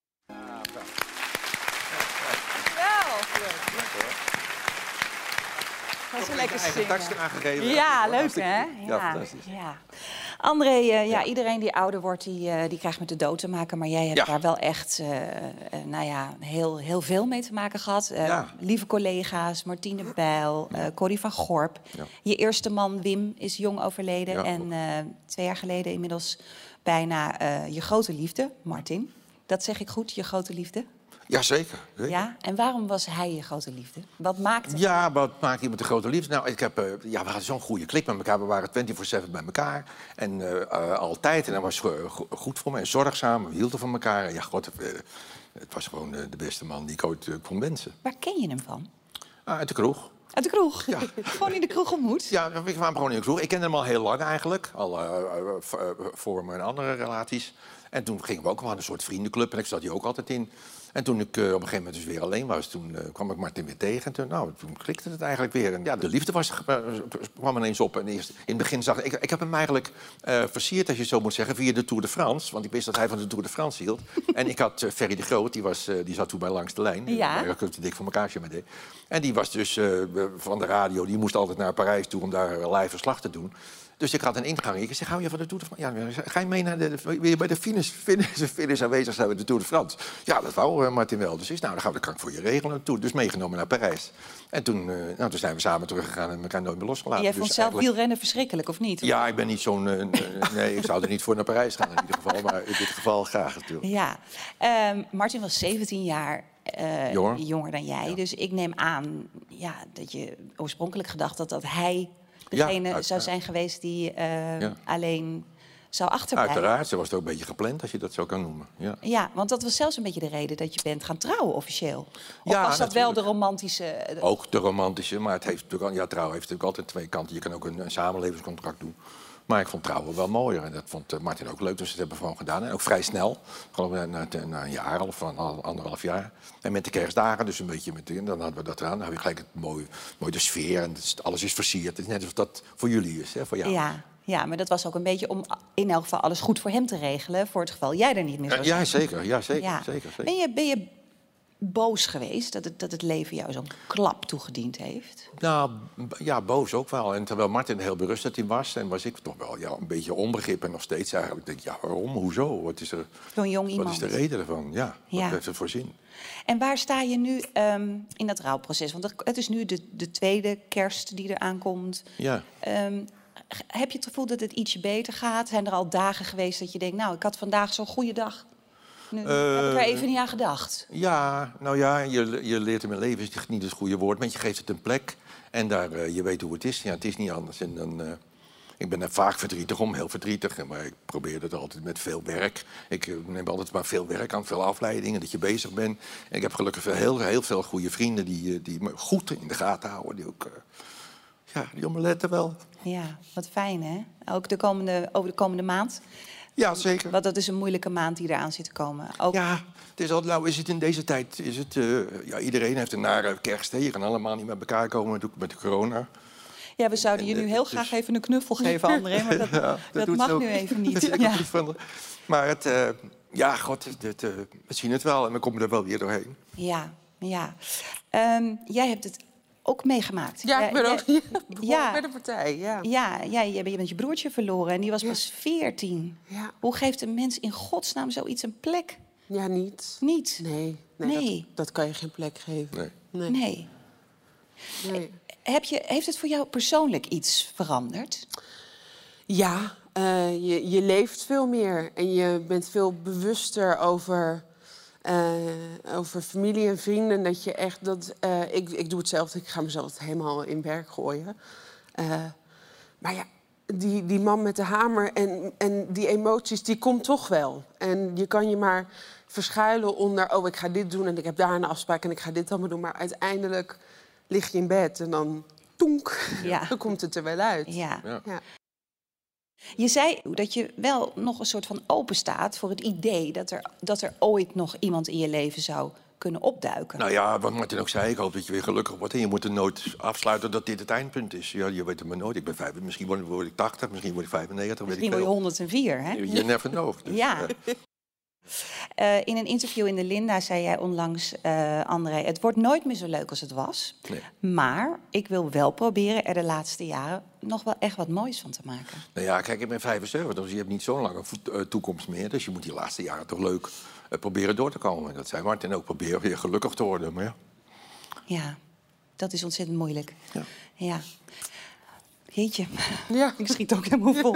Wel. Dat is een lekker eigen zingen. tekst eraan gegeven. Ja, Ja, leuk hartstikke hè? goed. Ja, fantastisch. ja. André, uh, ja, iedereen die ouder wordt, die, uh, die krijgt met de dood te maken. Maar jij hebt Ja. daar wel echt uh, uh, nou ja, heel, heel veel mee te maken gehad. Uh, Ja. Lieve collega's, Martine Bijl, uh, Corrie van Gorp. Ja. Je eerste man Wim is jong overleden. Ja, en uh, twee jaar geleden inmiddels bijna uh, je grote liefde, Martin. Dat zeg ik goed, je grote liefde? Jazeker. zeker. Ja, en waarom was hij je grote liefde? Wat maakte... Ja, wat maakt iemand een grote liefde? Nou, ik heb, uh, ja, we hadden zo'n goede klik met elkaar. We waren vierentwintig zeven bij elkaar. En uh, uh, altijd. En dat was uh, go- goed voor me en zorgzaam. We hielden van elkaar. En ja, god, uh, het was gewoon uh, de beste man die ik ooit uh, kon wensen. Waar ken je hem van? Ah, uit de kroeg. Uit de kroeg? Ja. Gewoon in de kroeg ontmoet? Ja, we kwamen gewoon in de kroeg. Ik kende hem al heel lang eigenlijk. Al uh, uh, v- uh, voor mijn andere relaties. En toen gingen we ook, we hadden een soort vriendenclub. En ik zat hier ook altijd in. En toen ik uh, op een gegeven moment dus weer alleen was, toen uh, kwam ik Martin weer tegen. En toen, nou, toen klikte het eigenlijk weer. En ja, de liefde was, uh, kwam ineens op. En eerst, in het begin zag ik... Ik heb hem eigenlijk uh, versierd, als je het zo moet zeggen, via de Tour de France. Want ik wist dat hij van de Tour de France hield. En ik had uh, Ferry de Groot, die, was, uh, die zat toen bij Langs de Lijn. Ja. Waar ik te dik voor elkaar met deed. En die was dus uh, van de radio. Die moest altijd naar Parijs toe om daar uh, live verslag te doen. Dus ik had een ingang. Ik zeg, hou je van de Tour de France? Ja, ga je mee naar de... Wil je bij de finish, finish, finish aanwezig zijn bij de Tour de France? Ja, dat wou uh, Martin wel. Dus is, nou, dan gaan we de krank voor je regelen naartoe. Dus meegenomen naar Parijs. En toen, uh, nou, toen zijn we samen teruggegaan en elkaar nooit meer losgelaten. Jij Dus vond zelf eigenlijk- wielrennen verschrikkelijk, of niet? Ja, ik ben niet zo'n... Uh, nee, ik zou er niet voor naar Parijs gaan in ieder geval. Maar in dit geval graag natuurlijk. Ja. Um, Martin was zeventien jaar uh, Jonger. jonger dan jij. Dus ik neem aan ja, dat je oorspronkelijk gedacht had dat hij Ja, degene uit- zou zijn geweest die uh, Ja. alleen zou achterblijven. Uiteraard, ze was het ook een beetje gepland, als je dat zo kan noemen. Ja. Ja, want dat was zelfs een beetje de reden dat je bent gaan trouwen officieel. Of Ja, was dat wel natuurlijk. de romantische... Ook de romantische, maar het heeft natuurlijk, al- ja, trouw heeft natuurlijk altijd twee kanten. Je kan ook een, een samenlevingscontract doen. Maar ik vond trouwen wel mooier. En dat vond uh, Martin ook leuk, dus dat hebben we gewoon gedaan. En ook vrij snel. Gewoon na, na, na een jaar of een anderhalf jaar. En met de kerstdagen, dus een beetje met de, dan hadden we dat eraan. Dan heb je gelijk het mooi, mooi de sfeer en het, alles is versierd. Het is net alsof dat voor jullie is, hè, voor jou. Ja, ja, maar dat was ook een beetje om in elk geval alles goed voor hem te regelen. Voor het geval jij er niet meer zou zijn. Ja, zeker. Ja, zeker, Ja. zeker, zeker. Ben je, ben je boos geweest dat het, dat het leven jou zo'n klap toegediend heeft? Nou, b- ja, boos ook wel. En terwijl Martin heel berust dat hij was... en was ik toch wel ja, een beetje onbegrip en nog steeds eigenlijk. Ik denk, ja, waarom? Hoezo? Wat is er? Zo'n jong iemand. Wat is de reden ervan? Ja, wat Ja. heeft het voor zin? En waar sta je nu um, in dat rouwproces? Want het- het is nu de, de tweede kerst die eraan komt. Ja. Um, g- heb je het gevoel dat het ietsje beter gaat? Zijn er al dagen geweest dat je denkt... nou, ik had vandaag zo'n goede dag. Nu heb ik er Eh, even niet aan gedacht. Ja, nou ja, je, je leert in mijn leven, is niet het goede woord... maar je geeft het een plek en daar, uh, je weet hoe het is. Ja, het is niet anders. En dan, uh, ik ben er vaak verdrietig om, heel verdrietig. Maar ik probeer het altijd met veel werk. Ik uh, neem altijd maar veel werk aan, veel afleidingen, dat je bezig bent. En ik heb gelukkig veel, heel, heel veel goede vrienden... die, uh, die me goed in de gaten houden, die ook... Uh, ja, die om me letten wel. Ja, wat fijn, hè? Ook de komende, over de komende maand. Ja, zeker. Want dat is een moeilijke maand die eraan zit te komen. Ook... Ja, het is al, nou is het in deze tijd... Is het, uh, ja, iedereen heeft een nare kerst. Hè? Je kan allemaal niet met elkaar komen met, met de corona. Ja, we zouden je nu heel graag even een knuffel geven, André. Maar dat, Ja, dat dat doet mag ze ook nu niet. even niet. Dat is ook Ja. niet van de- Maar het, uh, ja, god, het, het, uh, we zien het wel en we komen er wel weer doorheen. Ja, ja. Um, jij hebt het ook meegemaakt. Ja, ik ben Jij- ook jij- ja. bij de partij. Ja. Ja, ja, je bent je broertje verloren en die was Ja. pas veertien. Ja. Hoe geeft een mens in godsnaam zoiets een plek? Ja, niet. Niet? Nee, nee, Nee. Dat, dat kan je geen plek geven. Nee. Nee. Nee. Nee. Heb je, heeft het voor jou persoonlijk iets veranderd? Ja, eh, je, je leeft veel meer en je bent veel bewuster over, eh, over familie en vrienden. Dat je echt, dat, eh, ik, ik doe hetzelfde, ik ga mezelf helemaal in werk gooien. Eh, maar ja, die, die man met de hamer en, en die emoties, die komt toch wel. En je kan je maar verschuilen onder, oh, ik ga dit doen en ik heb daar een afspraak en ik ga dit allemaal doen. Maar uiteindelijk lig je in bed en dan, toenk, Ja. dan komt het er wel uit. Ja. Ja. Ja. Je zei dat je wel nog een soort van open staat voor het idee dat er, dat er ooit nog iemand in je leven zou kunnen opduiken. Nou ja, wat Martin ook zei, ik hoop dat je weer gelukkig wordt. En je moet er nooit afsluiten dat dit het eindpunt is. Ja, je weet het maar nooit. Ik ben vijf, misschien word, word ik tachtig, misschien word ik vijfennegentig. Misschien weet word ik je honderdvier, hè? veel. Je never know. Dus, Ja. eh, Uh, in een interview in de Linda zei jij onlangs, uh, André... het wordt nooit meer zo leuk als het was. Nee. Maar ik wil wel proberen er de laatste jaren nog wel echt wat moois van te maken. Nou ja, kijk, ik ben vijfenzeventig, dus je hebt niet zo'n lange voet- eh, toekomst meer. Dus je moet die laatste jaren toch leuk eh, proberen door te komen. En dat zei Martin ook, proberen weer gelukkig te worden. Maar ja, Ja, dat is ontzettend moeilijk. Ja. Ja. Jeetje, Ja. ik schiet ook helemaal vol.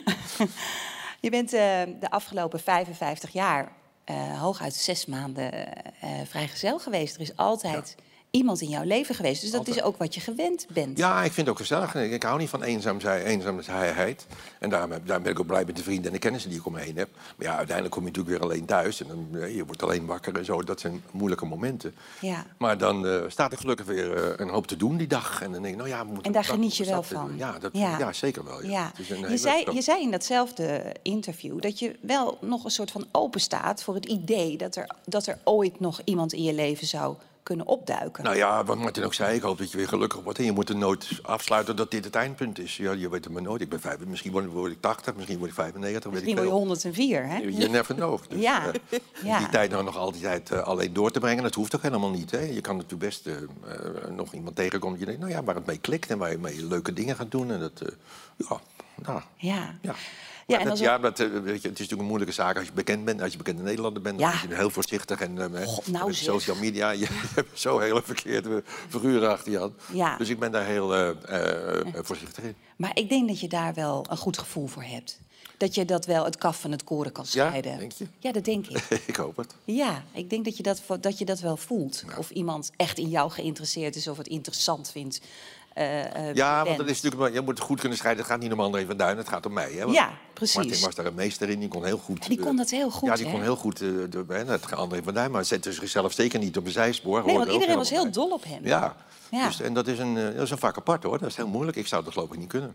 Je bent uh, de afgelopen vijfenvijftig jaar uh, hooguit zes maanden uh, vrijgezel geweest. Er is altijd iemand in jouw leven geweest. Dus dat Altijd. is ook wat je gewend bent. ja, ik vind het ook gezellig. Ik, ik hou niet van eenzaam zijn, eenzaamheid. En daarom, heb- daarom ben ik ook blij met de vrienden en de kennissen die ik om me heen heb. Maar ja, uiteindelijk kom je natuurlijk weer alleen thuis. En dan, eh, je wordt alleen wakker en zo. Dat zijn moeilijke momenten. Ja. Maar dan uh, staat er gelukkig weer uh, een hoop te doen die dag. En dan denk ik, nou ja... we moeten En daar dat- geniet je dat- wel dat- van. Ja, dat, Ja. ja. zeker wel. Ja. Ja. Het is een Je, hele- zei, je zei in datzelfde interview dat je wel nog een soort van open staat voor het idee dat er, dat er ooit nog iemand in je leven zou kunnen opduiken. Nou ja, wat Martin ook zei, ik hoop dat je weer gelukkig wordt. En je moet er nooit afsluiten dat dit het eindpunt is. Ja, je weet het maar nooit. Ik ben vijf, misschien word, word ik tachtig, misschien word ik vijfennegentig. Misschien weet word ik je veel. honderdvier, hè? Je never know. Dus, Ja. eh, Ja. Die tijd nou nog altijd uh, alleen door te brengen, dat hoeft ook helemaal niet. Hè? Je kan natuurlijk best uh, uh, nog iemand tegenkomen dat je denkt, nou ja, waar het mee klikt en waar je mee leuke dingen gaat doen. En dat, uh, ja, nou, Ja. ja. Ja, Maar en dat, als ja, dat, uh, weet je, het is natuurlijk een moeilijke zaak als je bekend bent. Als je bekende Nederlander bent, dan Ja. ben je heel voorzichtig. En uh, God, nou met zeg. social media, je hebt zo hele verkeerde figuren achter je aan. Ja. Dus ik ben daar heel uh, uh, voorzichtig in. Maar ik denk dat je daar wel een goed gevoel voor hebt. Dat je dat wel het kaf van het koren kan scheiden. Ja, denk je? Ja, dat denk ik. Ik hoop het. Ja, ik denk dat je dat, vo- dat, je dat wel voelt. Of iemand echt in jou geïnteresseerd is of het interessant vindt. uh, uh, Ja, want bent. dat is natuurlijk, wel- je moet het goed kunnen scheiden. Het gaat niet om André van Duin, het gaat om mij. Hè? Want Ja, precies. Martin was daar een meester in, die kon heel goed... En die kon eh, dat heel goed, Ja, die hè? kon heel goed, uh, de, hè, het gaat André van Duin, maar zette zichzelf zeker niet op een zijspoor. Nee, hoorde want ook iedereen was helemaal heel bij. dol op hem. Ja, Ja. Dus, en dat is, een, uh, dat is een vak apart, hoor. Dat is heel moeilijk. Ik zou dat geloof ik niet kunnen.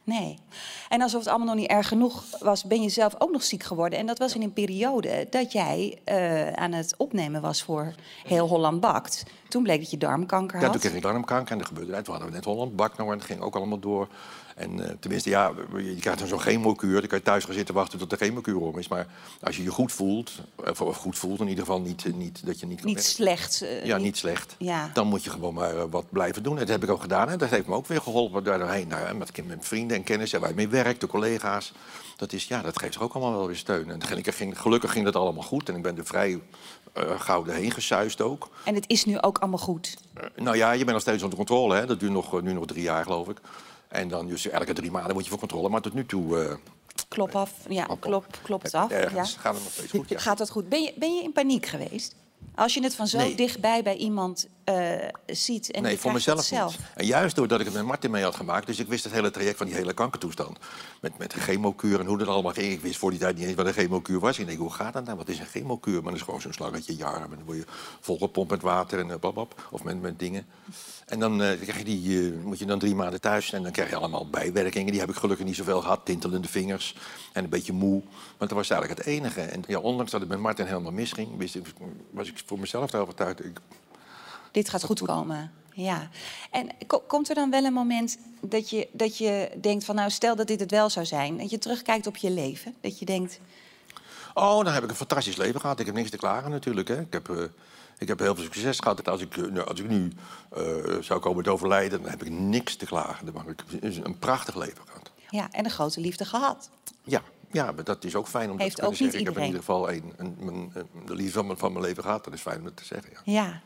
Nee. En alsof het allemaal nog niet erg genoeg was, ben je zelf ook nog ziek geworden. En dat was in een periode dat jij uh, aan het opnemen was voor Heel Holland Bakt. Toen bleek dat je darmkanker had. Ja, toen kreeg ik darmkanker en dat gebeurde net. We hadden net Holland Bakt nou en dat ging ook allemaal door. En uh, tenminste, ja, je krijgt dan zo'n chemokuur. Dan kan je thuis gaan zitten wachten tot de chemokuur om is. Maar als je je goed voelt, of goed voelt in ieder geval niet, niet dat je niet... Niet slecht. Uh, ja, niet, niet slecht. Ja. Dan moet je gewoon maar uh, wat blijven doen. En dat heb ik ook gedaan. En dat heeft me ook weer geholpen daardoorheen. Nou, ja, met, met vrienden en kennissen waar je mee werkt, de collega's. Dat, is, ja, dat geeft er ook allemaal wel weer steun. En ging, gelukkig ging dat allemaal goed. En ik ben er vrij uh, gauw heen gesuisd ook. En het is nu ook allemaal goed? Uh, nou ja, je bent nog steeds onder controle. Hè. Dat duurt nog, uh, nu nog drie jaar, geloof ik. En dan dus elke drie maanden moet je voor controle. Maar tot nu toe... Uh, klop af. Ja, klop, klopt het af. Ergens ja. gaat het nog steeds goed, ja. Gaat het goed? Ben je, ben je in paniek geweest? Als je het van zo nee. dichtbij bij iemand uh, ziet en nee, je voor krijgt mezelf het zelf. niet. En juist doordat ik het met Martin mee had gemaakt... dus ik wist het hele traject van die hele kankertoestand. Met, met de chemokuur en hoe dat allemaal ging. Ik wist voor die tijd niet eens wat een chemokuur was. Ik denk, hoe gaat dat nou? Wat is een chemokuur? Maar dat is gewoon zo'n slangetje jaren. En dan word je volgepompt met water en uh, babab. Of met, met dingen. En dan uh, krijg je die, uh, moet je dan drie maanden thuis. En dan krijg je allemaal bijwerkingen. Die heb ik gelukkig niet zoveel gehad. Tintelende vingers en een beetje moe. Maar dat was eigenlijk het enige. En ja, ondanks dat het met Martin helemaal misging... Wist ik, was ik voor mezelf daar overtuigd. Ik, Dit gaat goed komen. Ja. En ko komt er dan wel een moment dat je, dat je denkt van... nou, stel dat dit het wel zou zijn. Dat je terugkijkt op je leven. Dat je denkt... Oh, dan heb ik een fantastisch leven gehad. Ik heb niks te klagen natuurlijk. Hè. Ik, heb, uh, ik heb heel veel succes gehad. Als ik, uh, als ik nu uh, zou komen te overlijden, dan heb ik niks te klagen. Dan heb ik een prachtig leven gehad. Ja, en een grote liefde gehad. Ja, ja, maar dat is ook fijn om Heeft dat te ook zeggen. Niet ik heb in iedereen. ieder geval een, een, een, een, de liefde van mijn, van mijn leven gehad. Dat is fijn om dat te zeggen, ja. Ja.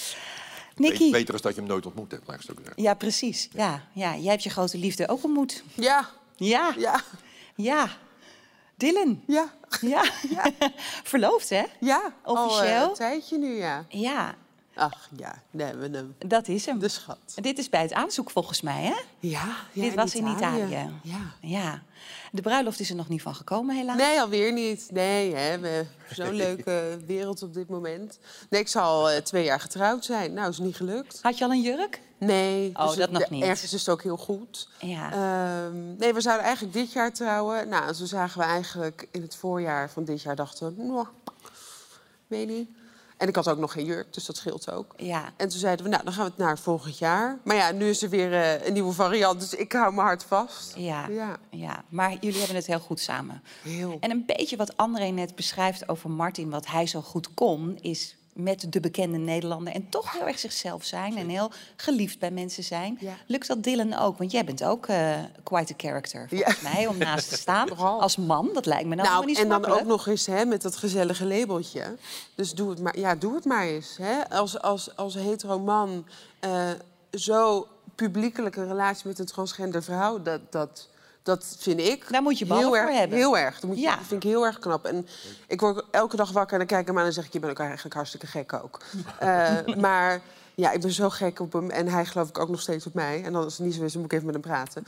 Nicky. Beter is dat je hem nooit ontmoet hebt, laat ik het ook zeggen. Ja, precies. Ja, ja. Jij hebt je grote liefde ook ontmoet. Ja. Ja. Ja. Ja. Dylan. Ja. Ja. Ja. Verloofd, hè? Ja. Officieel. Al uh, een tijdje nu, ja. Ja. Ach ja, nee, we hebben hem. Dat is hem. De schat. Dit is bij het aanzoek volgens mij, hè? Ja. ja Dit in was Italië. in Italië. Ja. Ja. De bruiloft is er nog niet van gekomen, helaas. Nee, alweer niet. Nee, hè, we hebben zo'n leuke wereld op dit moment. Nee, ik zal uh, twee jaar getrouwd zijn. Nou, is niet gelukt. Had je al een jurk? Nee. Oh, dus dat nog niet. Ergens is het ook heel goed. Ja. Um, nee, we zouden eigenlijk dit jaar trouwen. Nou, en toen zagen we eigenlijk in het voorjaar van dit jaar... dachten we, nou, weet niet. En ik had ook nog geen jurk, dus dat scheelt ook. Ja. En toen zeiden we, nou, dan gaan we het naar volgend jaar. Maar ja, nu is er weer uh, een nieuwe variant, dus ik hou mijn hart vast. Ja, ja. ja, maar jullie hebben het heel goed samen. Heel. En een beetje wat André net beschrijft over Martin, wat hij zo goed kon... is met de bekende Nederlander en toch heel erg zichzelf zijn... en heel geliefd bij mensen zijn. Ja. Lukt dat Dylan ook? Want jij bent ook uh, quite a character, volgens ja. mij, om naast te staan. Als man, dat lijkt me nou, nou niet en dan makkelijk. ook nog eens hè, met dat gezellige labeltje. Dus doe het maar, ja, doe het maar eens. Hè. Als, als, als hetero man uh, zo publiekelijk een relatie met een transgender vrouw... dat... dat Dat vind ik Daar moet je ballen heel voor erg, hebben. Heel erg. Dat, moet je, Ja. dat vind ik heel erg knap. En ik word elke dag wakker en dan kijk ik hem aan en zeg ik... je bent ook eigenlijk hartstikke gek ook. uh, maar ja, ik ben zo gek op hem. En hij geloof ik ook nog steeds op mij. En als het niet zo is, dan moet ik even met hem praten.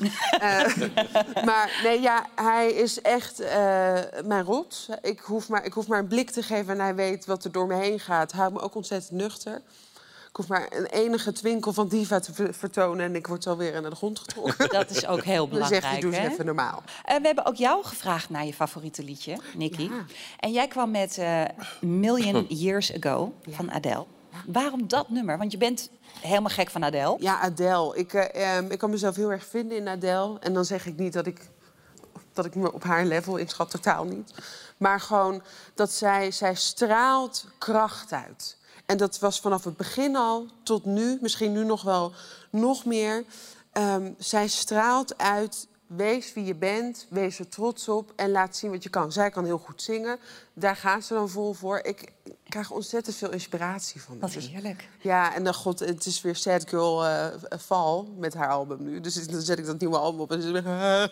uh, maar nee, ja, hij is echt uh, mijn rots. Ik hoef, maar, ik hoef maar een blik te geven en hij weet wat er door me heen gaat. Hij houdt me ook ontzettend nuchter. Ik hoef maar een enige twinkel van diva te vertonen... en ik word alweer naar de grond getrokken. Dat is ook heel belangrijk, Dan zegt hij, doe eens hè? even normaal. Uh, we hebben ook jou gevraagd naar je favoriete liedje, Nicky. Ja. En jij kwam met uh, Million Years Ago Ja. van Adele. Ja. Waarom dat nummer? Want je bent helemaal gek van Adele. Ja, Adele. Ik, uh, um, ik kan mezelf heel erg vinden in Adele. En dan zeg ik niet dat ik, dat ik me op haar level inschat, totaal niet. Maar gewoon dat zij, zij straalt kracht uit. En dat was vanaf het begin al tot nu, misschien nu nog wel nog meer. Um, zij straalt uit, wees wie je bent, wees er trots op en laat zien wat je kan. Zij kan heel goed zingen, daar gaat ze dan vol voor. Ik krijg ontzettend veel inspiratie van. Wat heerlijk. Ja, en dan god, het is weer Sad Girl uh, Fall met haar album nu. Dus dan zet ik dat nieuwe album op en dan zeg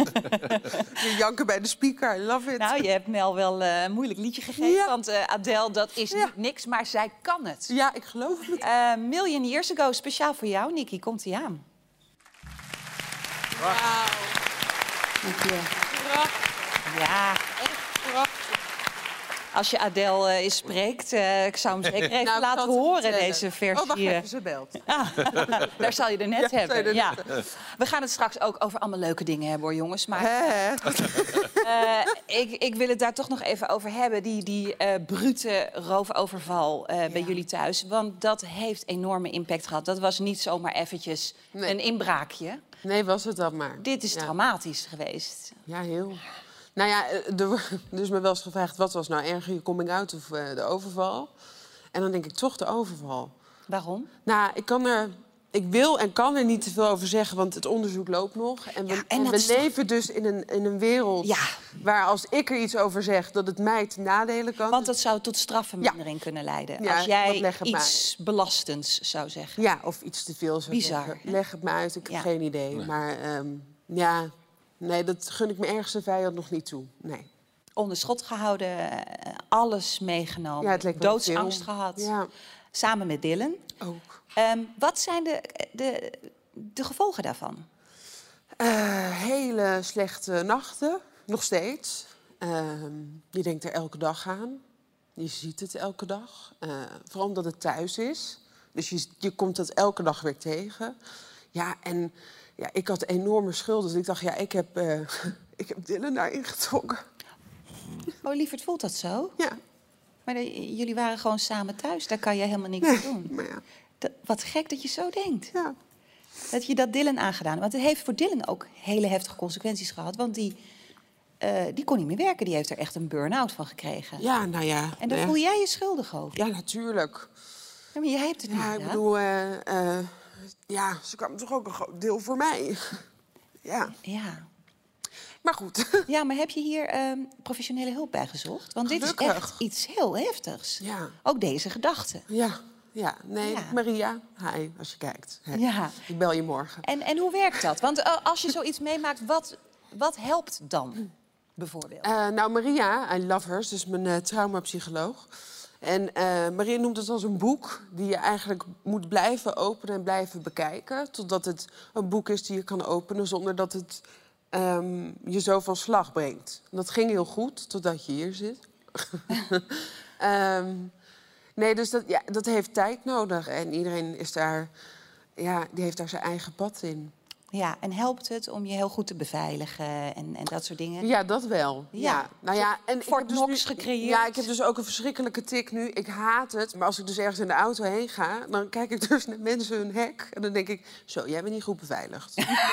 ik... janken bij de speaker, I love it. Nou, je hebt Mel wel uh, een moeilijk liedje gegeven. Ja. Want uh, Adele, dat is ja. niet niks, maar zij kan het. Ja, ik geloof het. Uh, Million Years Ago, speciaal voor jou, Nicky. Komt-ie aan. Wauw. Dank je. Prachtig. Ja. Echt prachtig. Als je Adele uh, eens spreekt, uh, ik zou hem zeker even Nou, ik laten zal het horen, vertellen. deze versie. Oh, wacht even, ze belt. Ah, daar zal je er net Ja, hebben. zou je er Ja. net hebben. We gaan het straks ook over allemaal leuke dingen hebben, hoor, jongens. Maar Hè, hè. uh, ik, ik wil het daar toch nog even over hebben. Die, die uh, brute roofoverval uh, bij jullie thuis. Want dat heeft enorme impact gehad. Dat was niet zomaar eventjes Nee. een inbraakje. Nee, was het dat maar. Dit is Ja. traumatisch geweest. Ja, heel. Nou ja, er wordt dus me wel eens gevraagd... wat was nou erger, je coming-out of uh, de overval? En dan denk ik toch de overval. Waarom? Nou, ik kan er... Ik wil en kan er niet te veel over zeggen, want het onderzoek loopt nog. En we, Ja, en en dat we is toch- leven dus in een, in een wereld Ja. waar als ik er iets over zeg... dat het mij ten nadele kan. Want dat zou tot strafvermindering kunnen leiden. Ja, Als wat jij leg het iets belastends zou zeggen. Ja, of iets te veel zou Bizar, zeggen. hè? Leg het me uit, ik Ja. heb geen idee. Nee. Maar ehm, ja, nee, dat gun ik mijn ergste vijand nog niet toe. Nee. Onder schot gehouden, eh, alles meegenomen. Ja, het leek wel een doodsangst film. gehad. Ja. Samen met Dylan. Ook. Ehm, wat zijn de, de, de gevolgen daarvan? Eh, hele slechte nachten, nog steeds. Ehm, je denkt er elke dag aan. Je ziet het elke dag. Eh, vooral omdat het thuis is. Dus je, je komt dat elke dag weer tegen. Ja, en ja, ik had enorme schulden. Dus ik dacht, ja, ik heb, eh, ik heb Dylan daarin getrokken. Oh, lieverd, voelt dat zo? Ja. Maar de- jullie waren gewoon samen thuis. Daar kan je helemaal niks aan doen. Maar ja. Dat- wat gek dat je zo denkt. Ja. Dat je dat Dylan aangedaan. Want het heeft voor Dylan ook hele heftige consequenties gehad. Want die, eh, die kon niet meer werken. Die heeft er echt een burn-out van gekregen. Ja, nou ja. En daar nou ja. voel jij je schuldig over. Ja, natuurlijk. Ja, maar jij hebt het niet Ja, ik gedaan. bedoel, eh, eh, ja, ze kwamen toch ook een groot deel voor mij. Ja. Ja. Maar goed. Ja, maar heb je hier ehm, professionele hulp bij gezocht? Want dit is Gelukkig. echt iets heel heftigs. Ja. Ook deze gedachte. Ja, ja. Nee, Ja. Maria, hi, als je kijkt. Hè. Ja. Ik bel je morgen. En, en hoe werkt dat? Want eh, als je zoiets meemaakt, wat, wat helpt dan bijvoorbeeld? Eh, nou, Maria, I love her, dus mijn uh, traumapsycholoog. En eh, Maria noemt het als een boek die je eigenlijk moet blijven openen en blijven bekijken. Totdat het een boek is die je kan openen zonder dat het ehm, je zo van slag brengt. En dat ging heel goed, totdat je hier zit. Ehm, nee, dus dat, ja, dat heeft tijd nodig. En iedereen is daar, ja, die heeft daar zijn eigen pad in. Ja, en helpt het om je heel goed te beveiligen en, en dat soort dingen? Ja, dat wel. Ja. Ja. Nou ja, en ik Fort heb dus Knox nu- gecreëerd. Ja, ik heb dus ook een verschrikkelijke tik nu. Ik haat het. Maar als ik dus ergens in de auto heen ga, dan kijk ik dus naar mensen hun hek. En dan denk ik, zo, jij bent niet goed beveiligd.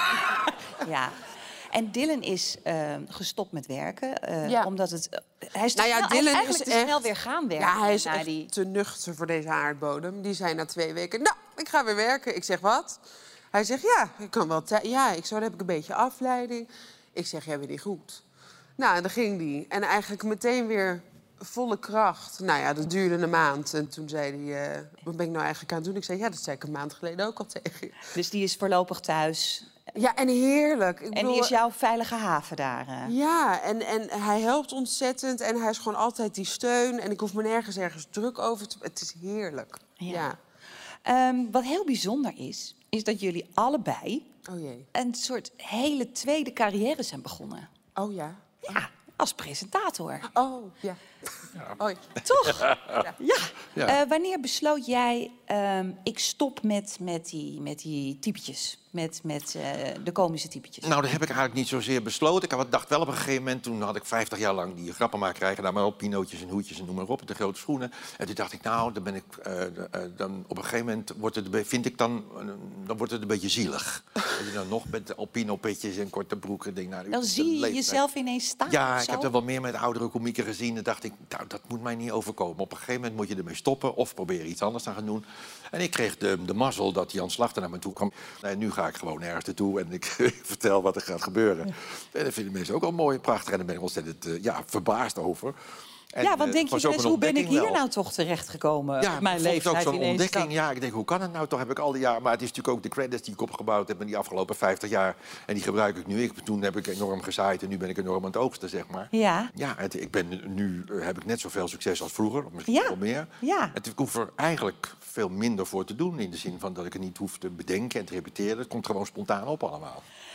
Ja. En Dylan is eh, gestopt met werken, eh, Ja. omdat het... Hij is, te Nou ja, snel- hij is Dylan eigenlijk is te snel echt- weer gaan werken. Ja, hij is na echt die... te nuchter voor deze aardbodem. Die zei na twee weken, nou, ik ga weer werken. Ik zeg, wat? Hij zegt, ja, ik kan wel tij- Ja, ik zo, dan heb ik een beetje afleiding. Ik zeg, jij bent niet goed. Nou, en dan ging die. En eigenlijk meteen weer volle kracht. Nou ja, dat duurde een maand. En toen zei hij, eh, wat ben ik nou eigenlijk aan het doen? Ik zei, ja, dat zei ik een maand geleden ook al tegen je. Dus die is voorlopig thuis. Ja, en heerlijk. Ik En bedoel, die is jouw veilige haven daar. eh. Ja, en, en hij helpt ontzettend. En hij is gewoon altijd die steun. En ik hoef me nergens ergens druk over te... Het is heerlijk. Ja. Ja. Ehm, wat heel bijzonder is, is dat jullie allebei Oh jee. een soort hele tweede carrière zijn begonnen. Oh ja. Ja, als presentator. Oh, ja. Oh, ja. Toch? Ja. Ja. Ja. Eh, wanneer besloot jij, ehm, ik stop met, met, die, met die typetjes, met, met eh, de komische typetjes? Nou, dat heb ik eigenlijk niet zozeer besloten. Ik had- dacht wel op een gegeven moment, toen had ik vijftig jaar lang die grappenmakerij gedaan, maar ook pinootjes en hoedjes en noem maar op, de grote schoenen. En toen dacht ik, nou, dan ben ik, eh, eh, dan op een gegeven moment wordt het, een be- vind ik dan, eh, dan wordt het een beetje zielig. Dat je dan nog met alpino-petjes en korte broeken. Denk, nou, Dan de zie je leeftijd- jezelf ineens staan. Ja, of ik zo? heb er wel meer met oudere komieken gezien. En dacht ik, nou, dat moet mij niet overkomen. Op een gegeven moment moet je ermee stoppen of proberen iets anders te gaan doen. En ik kreeg de, de mazzel dat Jan Slachter naar me toe kwam. En nu ga ik gewoon ergens naartoe en ik vertel wat er gaat gebeuren. En dat vinden mensen ook al mooi en prachtig. En daar ben ik ontzettend uh, ja, verbaasd over. En, ja, want uh, denk je was wel ook eens, een hoe ben ik ontdekking hier wel. nou toch terechtgekomen? Ja, op mijn ik vond het ook leeftijd zo'n ineens ontdekking. dan. Ja, ik denk, hoe kan het nou toch? Heb ik al die jaren. Maar het is natuurlijk ook de credits die ik opgebouwd heb in die afgelopen vijftig jaar. En die gebruik ik nu. Ik, toen heb ik enorm gezaaid en nu ben ik enorm aan het oogsten, zeg maar. Ja. Ja, het, ik ben nu uh, heb ik net zoveel succes als vroeger, of misschien Ja. wel meer. Ja. Het, ik hoef er eigenlijk veel minder voor te doen, in de zin van dat ik het niet hoef te bedenken en te repeteren. Het komt gewoon spontaan op allemaal.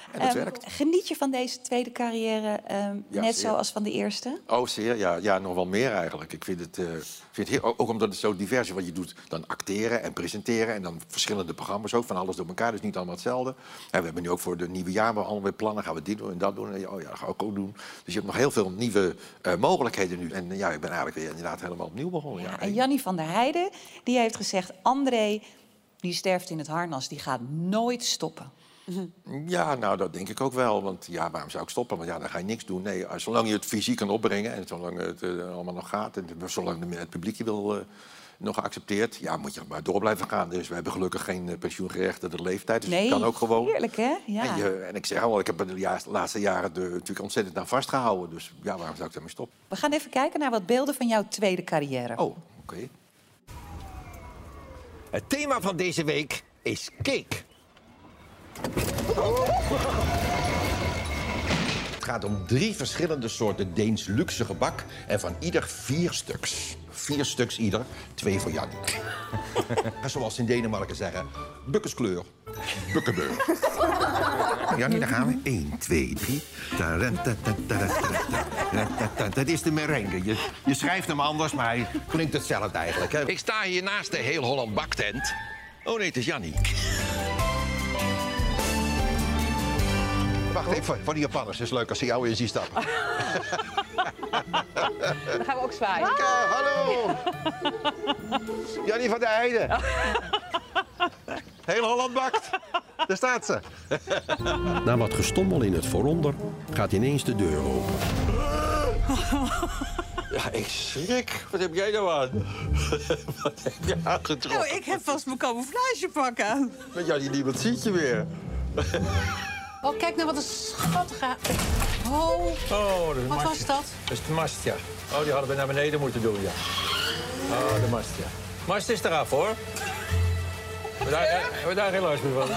En dat Um, werkt. Geniet je van deze tweede carrière um, Ja, net zeer. zoals van de eerste? Oh, zeer. Ja, ja, nog wel meer eigenlijk. Ik vind het, uh, vind het heel, ook omdat het zo divers is wat je doet. Dan acteren en presenteren en dan verschillende programma's ook. Van alles door elkaar, dus niet allemaal hetzelfde. En we hebben nu ook voor het nieuwe jaar alweer plannen. Gaan we dit doen en dat doen. En, oh ja, dat ga ik ook doen. Dus je hebt nog heel veel nieuwe uh, mogelijkheden nu. En uh, ja, ik ben eigenlijk weer inderdaad helemaal opnieuw begonnen. Ja, Ja, en Jannie van der Heijden, die heeft gezegd... André, die sterft in het harnas, die gaat nooit stoppen. Ja, nou, dat denk ik ook wel. Want ja, waarom zou ik stoppen? Want ja, dan ga je niks doen. Nee, zolang je het fysiek kan opbrengen en zolang het uh, allemaal nog gaat... en zolang de, het publiek je wil uh, nog accepteert... ja, moet je maar door blijven gaan. Dus we hebben gelukkig geen uh, pensioengerechtigde leeftijd. Dus nee, je kan ook gewoon... heerlijk, hè? Ja. En, je, en ik zeg al, ik heb er de ja, laatste jaren er natuurlijk ontzettend aan vastgehouden. Dus ja, waarom zou ik daarmee stoppen? We gaan even kijken naar wat beelden van jouw tweede carrière. Oh, oké. Okay. Het thema van deze week is cake. Het gaat om drie verschillende soorten Deens luxe gebak en van ieder vier stuks. Vier stuks ieder, twee voor Jan. Zoals ze in Denemarken zeggen, bukkeskleur, bukkebeur. Jannie, daar gaan we. één, twee, drie. Dat is de merengue. Je, je schrijft hem anders, maar hij klinkt hetzelfde eigenlijk. Hè? Ik sta hier naast de Heel Holland Baktent. Oh nee, het is Jannie. Wacht even, voor die Japanners. Het is leuk als ze jou weer zien stappen. Dan gaan we ook zwaaien. Kijk, uh, hallo! Jannie van der Heijden. Heel Holland bakt. Daar staat ze. Na wat gestommel in het vooronder gaat ineens de deur open. Ja, ik schrik. Wat heb jij nou aan? Wat heb je aangetrokken? Nou, ik heb vast mijn camouflagepak aan. Met Jannie, niemand ziet je weer. Oh, kijk nou wat een schattige... Oh, Oh, dat is wat was dat? Dat is de mast, ja. Oh, die hadden we naar beneden moeten doen, ja. Oh, de mast, ja. Mast is eraf, hoor. We daar, hebben we daar geen last meer van.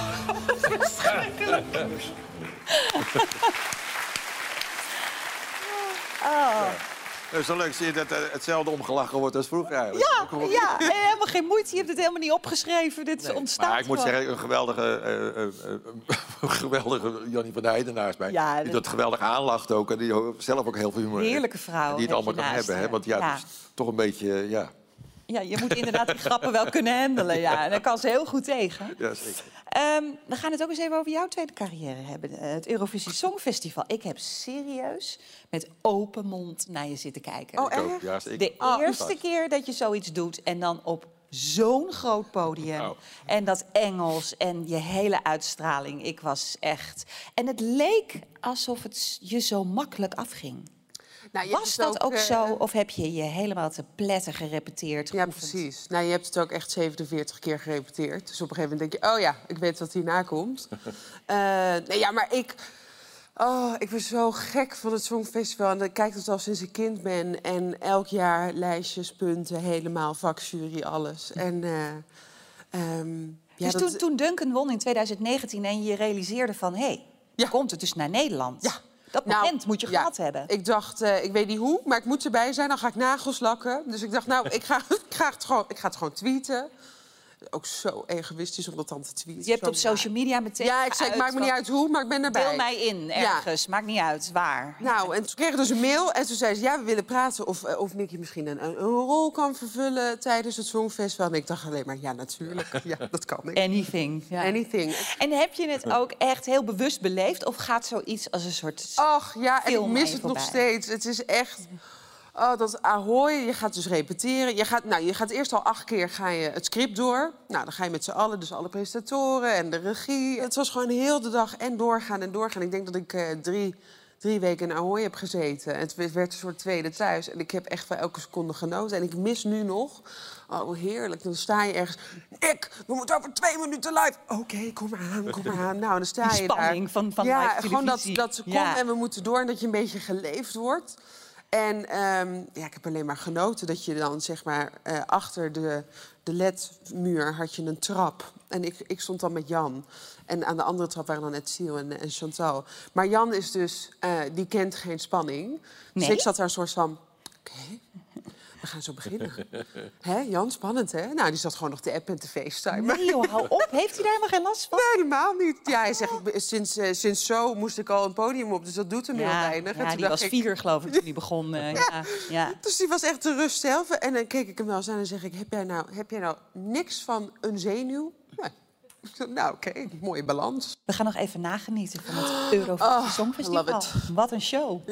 Oh. Het is zo leuk, zie je dat uh, hetzelfde omgelachen wordt als vroeger eigenlijk. Ja, ja, en helemaal geen moeite. Je hebt het helemaal niet opgeschreven. Dit nee, ontstaat maar ik moet gewoon. zeggen, een geweldige, uh, uh, uh, geweldige Jannie van der Heijden naast mij. Ja, die dat... dat geweldig aanlacht ook. En die zelf ook heel veel humor heeft. Heerlijke vrouw. En die het allemaal kan hebben. Hè? Want ja, ja. het is toch een beetje, ja... Ja, je moet inderdaad die grappen wel kunnen handelen. Ja. En daar kan ze heel goed tegen. Ja, zeker. Um, we gaan het ook eens even over jouw tweede carrière hebben. Uh, het Eurovisie Songfestival. Ik heb serieus met open mond naar je zitten kijken. Oh, echt? Ja, zeker. De oh, eerste keer dat je zoiets doet en dan op zo'n groot podium. Oh. En dat Engels en je hele uitstraling. Ik was echt... En het leek alsof het je zo makkelijk afging. Nou, je Was hebt dat ook, uh, zo? Of heb je je helemaal te pletten gerepeteerd? Ja, precies. Nou, je hebt het ook echt zevenenveertig keer gerepeteerd. Dus op een gegeven moment denk je, oh ja, ik weet wat hierna komt. uh, nee, ja, maar ik... Oh, ik ben zo gek van het Songfestival. En ik kijk het al sinds ik kind ben. En elk jaar lijstjes, punten, helemaal, vakjury, alles. En... Uh, um, ja, dus dat... toen, toen Duncan won in twintig negentien en je realiseerde van... hé, hey, ja. komt het dus naar Nederland? Ja. Dat nou, moment moet je ja, gehad hebben. Ik dacht, uh, ik weet niet hoe, maar ik moet erbij zijn. Dan ga ik nagels lakken. Dus ik dacht, nou, ik ga, ik ga, het, gewoon, ik ga het gewoon tweeten. Ook zo egoïstisch om dat dan te tweeten. Je hebt op social media meteen... Ja, ik zei, het maakt me niet uit hoe, maar ik ben erbij. Deel mij in, ergens. Ja. Maakt niet uit, waar. Nou, en toen kreeg ik dus een mail. En toen zei ze, ja, we willen praten of, uh, of Nicky misschien een, een rol kan vervullen tijdens het Songfestival. En ik dacht alleen maar, ja, natuurlijk. Ja, dat kan ik. Anything. Ja. Anything. En heb je het ook echt heel bewust beleefd? Of gaat zoiets als een soort Ach, ja, en ik mis het voorbij? nog steeds. Het is echt... Oh, dat Ahoy, je gaat dus repeteren. Je gaat, nou, je gaat eerst al acht keer ga je het script door. Nou, dan ga je met z'n allen, dus alle presentatoren en de regie. Het was gewoon heel de dag en doorgaan en doorgaan. Ik denk dat ik uh, drie, drie weken in Ahoy heb gezeten. En het werd een soort tweede thuis. En ik heb echt van elke seconde genoten. En ik mis nu nog... Oh, heerlijk. Dan sta je ergens... Nick, we moeten over twee minuten live. Oké, okay, kom maar aan, kom maar aan. Nou, dan sta Die je daar. spanning van, van ja, live televisie. Gewoon dat, dat ze komt ja. en we moeten door en dat je een beetje geleefd wordt. En um, ja, ik heb alleen maar genoten dat je dan, zeg maar, uh, achter de, de L E D-muur had je een trap. En ik, ik stond dan met Jan. En aan de andere trap waren dan Etiel en, en Chantal. Maar Jan is dus, uh, die kent geen spanning. Dus nee? ik zat daar een soort van, oké. Okay. we gaan zo beginnen. Hè, Jan, spannend, hè? Nou, die zat gewoon nog te appen en te facetimen. Nee joh, hou op. Heeft hij daar helemaal geen last van? Nee, helemaal niet. Ja, hij zegt, ik ben- sinds, uh, sinds zo moest ik al een podium op, dus dat doet hem heel weinig. En Ja, toen die dacht was ik- vier, geloof ik, toen die begon. Uh, ja. Ja, ja. Dus die was echt de rust zelf. En dan keek ik hem wel eens aan en zeg ik, heb jij nou, heb jij nou niks van een zenuw? Nee. Ik zei, nou, oké, mooie balans. We gaan nog even nagenieten van het Eurovisie Oh, Songfestival. love it. Wat een show.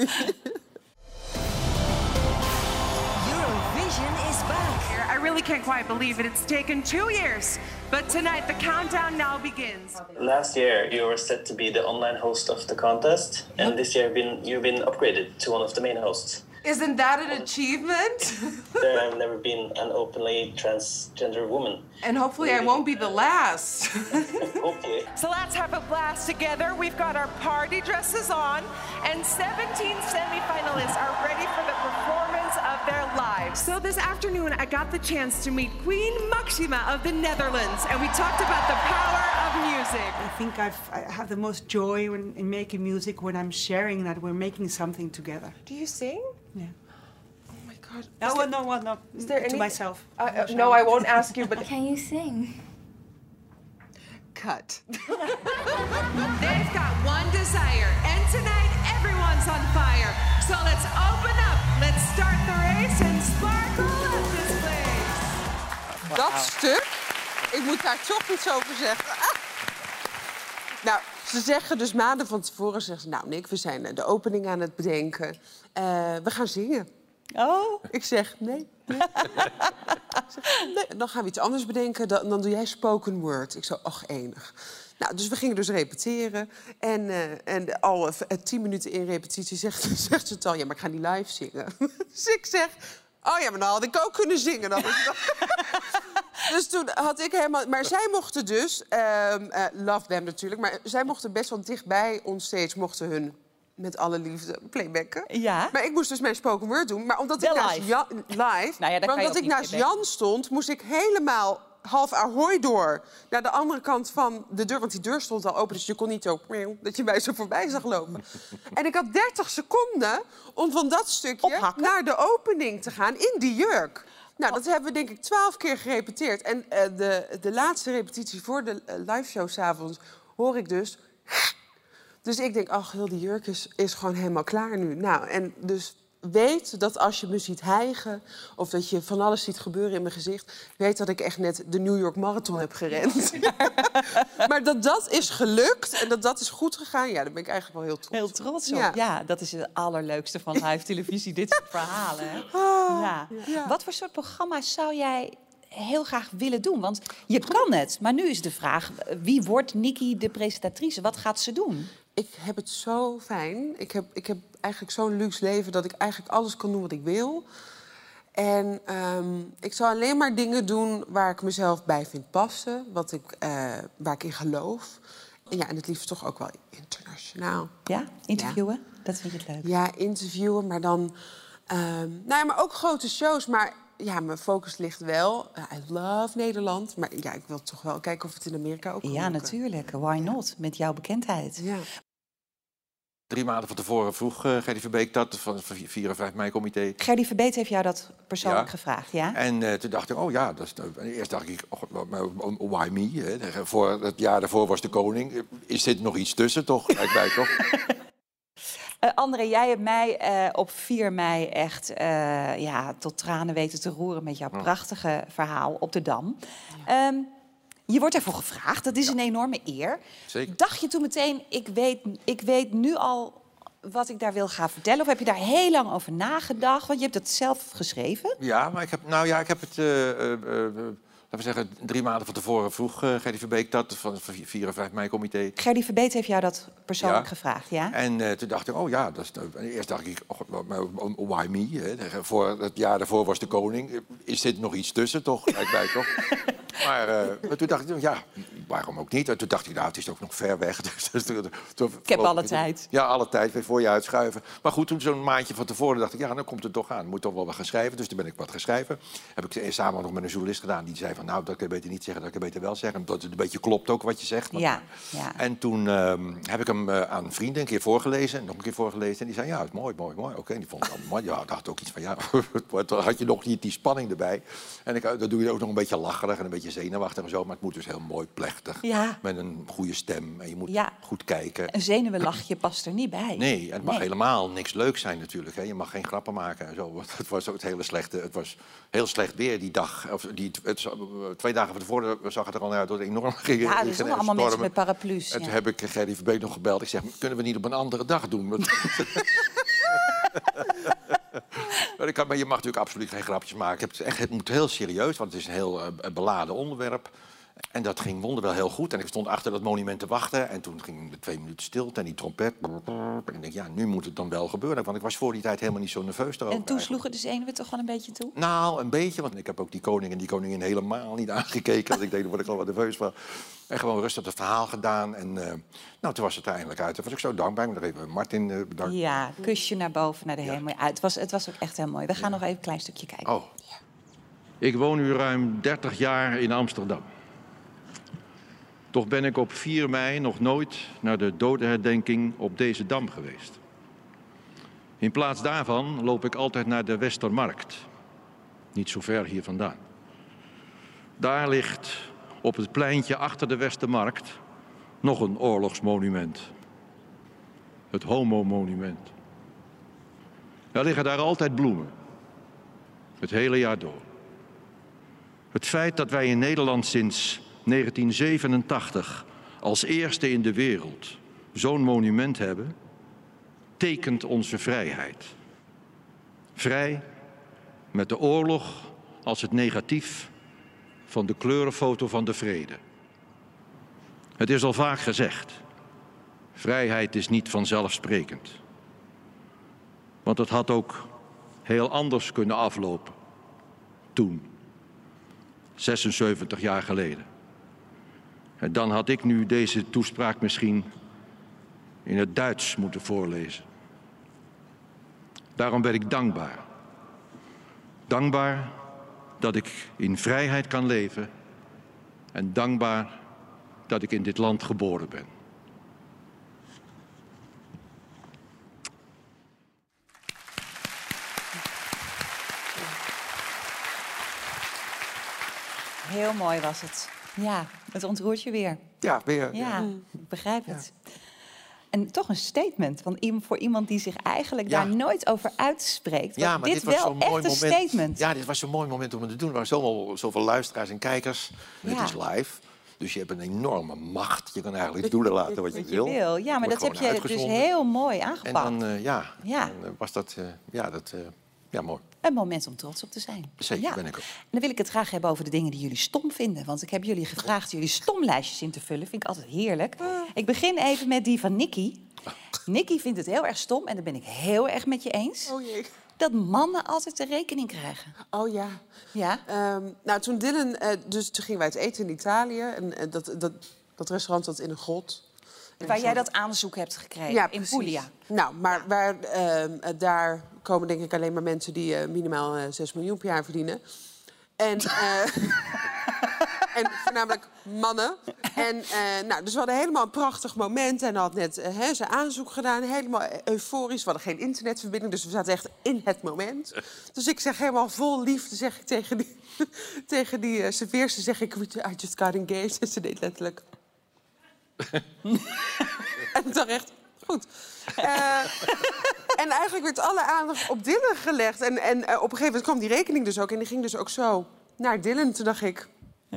Eurovision is back. I really can't quite believe it. It's taken two years. But tonight, the countdown now begins. Last year, you were set to be the online host of the contest, and this year been, you've been upgraded to one of the main hosts. Isn't that an achievement? There have never been an openly transgender woman. And hopefully I won't be the last. Hopefully. So let's have a blast together. We've got our party dresses on, and seventeen semifinalists are ready for the performance of their lives. So this afternoon, I got the chance to meet Queen Maxima of the Netherlands, and we talked about the power of music. I think I've, I have the most joy when, in making music when I'm sharing that we're making something together. Do you sing? Yeah. Oh my God. No, Is well, there- no, well, no, Is there to any- myself. Uh, uh, no, I won't ask you, but... Can you sing? Cut. They've got one desire, and tonight everyone's on fire. So let's open up, let's start the race and sparkle up this place. Dat stuk, ik moet daar toch iets over zeggen. Ah. Nou, ze zeggen dus maanden van tevoren, zeggen ze, nou Nick, we zijn de opening aan het bedenken. Uh, we gaan zingen. Oh. Ik zeg, nee. nee. Ik zeg, nee. Dan gaan we iets anders bedenken, dan, dan doe jij spoken word. Ik zo, ach, enig. Nou, dus we gingen dus repeteren. En, uh, en al uh, tien minuten in repetitie zegt, zegt ze het al, ja, maar ik ga niet live zingen. Dus ik zeg, oh ja, maar dan had ik ook kunnen zingen. Dan. Dus toen had ik helemaal... Maar zij mochten dus, um, uh, love them natuurlijk... maar zij mochten best wel dichtbij onstage, mochten hun met alle liefde playbacken. Ja. Maar ik moest dus mijn spoken word doen. Maar omdat Wel ik naast live. Jan, live, Nou ja, dan maar kan je omdat ook ik niet naast playbacken. Jan stond, moest ik helemaal half Ahoy door naar de andere kant van de deur. Want die deur stond al open, dus je kon niet zo... dat je mij zo voorbij zag lopen. En ik had dertig seconden om van dat stukje Ophakken. naar de opening te gaan in die jurk. Nou, dat hebben we denk ik twaalf keer gerepeteerd. En uh, de, de laatste repetitie voor de uh, liveshow 's avonds hoor ik dus... Dus ik denk, ach, heel die jurk is, is gewoon helemaal klaar nu. Nou, en dus weet dat als je me ziet hijgen... of dat je van alles ziet gebeuren in mijn gezicht... weet dat ik echt net de New York Marathon heb gerend. Maar dat dat is gelukt en dat dat is goed gegaan... ja, daar ben ik eigenlijk wel heel trots Heel op. trots op. Ja. Ja. Dat is het allerleukste van live televisie, dit soort verhalen. Hè? Ah, Ja. ja. Wat voor soort programma's zou jij heel graag willen doen? Want je kan het, maar nu is de vraag... wie wordt Nikki de presentatrice? Wat gaat ze doen? Ik heb het zo fijn. Ik heb, ik heb eigenlijk zo'n luxe leven dat ik eigenlijk alles kan doen wat ik wil. En um, ik zal alleen maar dingen doen waar ik mezelf bij vind passen. Wat ik, uh, waar ik in geloof. En, ja, en het liefst toch ook wel internationaal. Ja, interviewen? Dat vind je het leuk? Ja, interviewen, maar dan... Um, nou ja, maar ook grote shows. Maar ja, mijn focus ligt wel. Uh, I love Nederland. Maar ja, ik wil toch wel kijken of het in Amerika ook kan Ja, lukken. natuurlijk. Why not? Met jouw bekendheid. Ja. Drie maanden van tevoren vroeg uh, Gerdy Verbeek dat, van het vier en vijf mei-comité. Gerdy Verbeet heeft jou dat persoonlijk Ja. gevraagd, ja? En uh, toen dacht ik, oh ja, dat is, uh, eerst dacht ik, oh, oh, why me? Hè? Voor het jaar daarvoor was de koning. Is dit nog iets tussen, toch? Lijkt mij toch? Uh, André, jij hebt mij uh, op vier mei echt uh, ja, tot tranen weten te roeren... met jouw prachtige verhaal op de Dam. Ja. Um, je wordt ervoor gevraagd, dat is een enorme eer. Zeker. Dacht je toen meteen, ik weet, ik weet nu al wat ik daar wil gaan vertellen? Of heb je daar heel lang over nagedacht? Want je hebt het zelf geschreven. Ja, maar ik heb, nou ja, ik heb het... Uh, uh, uh, Laten we zeggen, drie maanden van tevoren vroeg uh, Gerdy Verbeek dat, van het vier en vijf mei-comité. Gerdy Verbeet heeft jou dat persoonlijk Ja. gevraagd, ja? En uh, toen dacht ik, oh ja, dat is, uh, eerst dacht ik, oh, oh, oh, why me? Hè? Voor het jaar daarvoor was de koning. Is dit nog iets tussen, toch? Lijkt mij toch? Maar, uh, maar toen dacht ik, ja, waarom ook niet? En toen dacht ik, nou, het is ook nog ver weg. Dus, dus, toen, toen, ik heb alle tijd. Ja, alle tijd, weer voor je uitschuiven. Maar goed, toen zo'n maandje van tevoren dacht ik, ja, dan komt het toch aan. Moet toch wel wat gaan schrijven. Dus toen ben ik wat gaan schrijven. Heb ik samen nog met een journalist gedaan. Die zei van, nou, dat kan je beter niet zeggen, dat kan je beter wel zeggen. Omdat het een beetje klopt ook wat je zegt. Ja, ja. En toen uh, heb ik hem uh, aan vrienden een keer voorgelezen. Nog een keer voorgelezen. En die zei, ja, het is mooi, mooi, mooi. Oké, okay. Die vond het allemaal mooi. Ja, dacht ook iets van, ja, dan had je nog niet die spanning erbij. En ik, dan doe je ook nog een beetje lacherig en een beetje zenuwachtig en zo. Maar het moet dus heel mooi plechtig. Ja. Met een goede stem. En je moet ja. goed kijken. Een zenuwenlachje past er niet bij. Nee, en het mag nee. helemaal niks leuks zijn natuurlijk. Hè. Je mag geen grappen maken en zo. Het was ook het hele slechte. Het was heel slecht weer die dag. Of die, het, twee dagen van tevoren zag het er al uit dat het enorm ging. Ja, er zijn allemaal mensen met paraplu's. En ja. toen heb ik Gerry Verbeek nog gebeld. Ik zeg, kunnen we niet op een andere dag doen? Maar je mag natuurlijk absoluut geen grapjes maken. Het, echt, het moet heel serieus, want het is een heel uh, beladen onderwerp. En dat ging wonderwel heel goed. En ik stond achter dat monument te wachten. En toen ging de twee minuten stilte en die trompet. En ik denk, ja, nu moet het dan wel gebeuren. Want ik was voor die tijd helemaal niet zo nerveus daarover. En toen sloegen de zenuwen toch wel een beetje toe? Nou, een beetje. Want ik heb ook die koning en die koningin helemaal niet aangekeken. Want ik deed, daar word ik al wat nerveus van. En gewoon rustig het verhaal gedaan. En uh, nou, toen was het er eindelijk uit. Toen was ik zo dankbaar. Ik moet nog even Martin uh, bedanken. Ja, kusje naar boven, naar de hemel. Ja, het, was, het was ook echt heel mooi. We gaan ja. nog even een klein stukje kijken. Oh. Ik woon nu ruim dertig jaar in Amsterdam. Toch ben ik op vier mei nog nooit naar de dodenherdenking op deze Dam geweest. In plaats daarvan loop ik altijd naar de Westermarkt. Niet zo ver hier vandaan. Daar ligt op het pleintje achter de Westermarkt nog een oorlogsmonument. Het Homo-monument. Er liggen daar altijd bloemen. Het hele jaar door. Het feit dat wij in Nederland sinds negentien zevenentachtig als eerste in de wereld zo'n monument hebben, tekent onze vrijheid. Vrij met de oorlog als het negatief van de kleurenfoto van de vrede. Het is al vaak gezegd, vrijheid is niet vanzelfsprekend. Want het had ook heel anders kunnen aflopen. Toen, zesenzeventig jaar geleden. En dan had ik nu deze toespraak misschien in het Duits moeten voorlezen. Daarom ben ik dankbaar. Dankbaar dat ik in vrijheid kan leven. En dankbaar dat ik in dit land geboren ben. Heel mooi was het. Ja, het ontroert je weer. Ja, weer. Ja, ja. ik begrijp het. Ja. En toch een statement van voor iemand die zich eigenlijk ja. daar nooit over uitspreekt. Ja, maar dit, dit was wel zo'n echt mooi een moment. statement. Ja, dit was zo'n mooi moment om het te doen. Er waren zoveel, zoveel luisteraars en kijkers. En ja. het is live. Dus je hebt een enorme macht. Je kan eigenlijk doen en laten wat je, wat je wil. wil. Ja, maar dat heb je dus heel mooi aangepakt. En dan, uh, ja, ja. Dan, uh, was dat, uh, ja, dat uh, ja, mooi. Een moment om trots op te zijn. Zeker, ja. ben ik ook. En dan wil ik het graag hebben over de dingen die jullie stom vinden. Want ik heb jullie gevraagd jullie stomlijstjes in te vullen. Vind ik altijd heerlijk. Uh. Ik begin even met die van Nicky. Nicky vindt het heel erg stom. En daar ben ik heel erg met je eens. Oh jee. Dat mannen altijd de rekening krijgen. Oh ja. Ja? Um, nou, toen Dylan... Uh, dus toen gingen wij het eten in Italië. En uh, dat, dat, dat restaurant zat in een grot. Waar jij dat aanzoek hebt gekregen, ja, in Puglia. Nou, maar waar, uh, daar komen denk ik alleen maar mensen die uh, minimaal uh, zes miljoen per jaar verdienen. En, uh, en voornamelijk mannen. En, uh, nou, dus we hadden helemaal een prachtig moment. En had net uh, zijn aanzoek gedaan, helemaal euforisch. We hadden geen internetverbinding, dus we zaten echt in het moment. Dus ik zeg helemaal vol liefde, zeg ik tegen die, tegen die uh, serveerster, zeg ik, I just got engaged. En ze deed letterlijk... En ik dacht echt, goed. Uh, en eigenlijk werd alle aandacht op Dylan gelegd. En, en uh, op een gegeven moment kwam die rekening dus ook. En die ging dus ook zo naar Dylan. Toen dacht ik...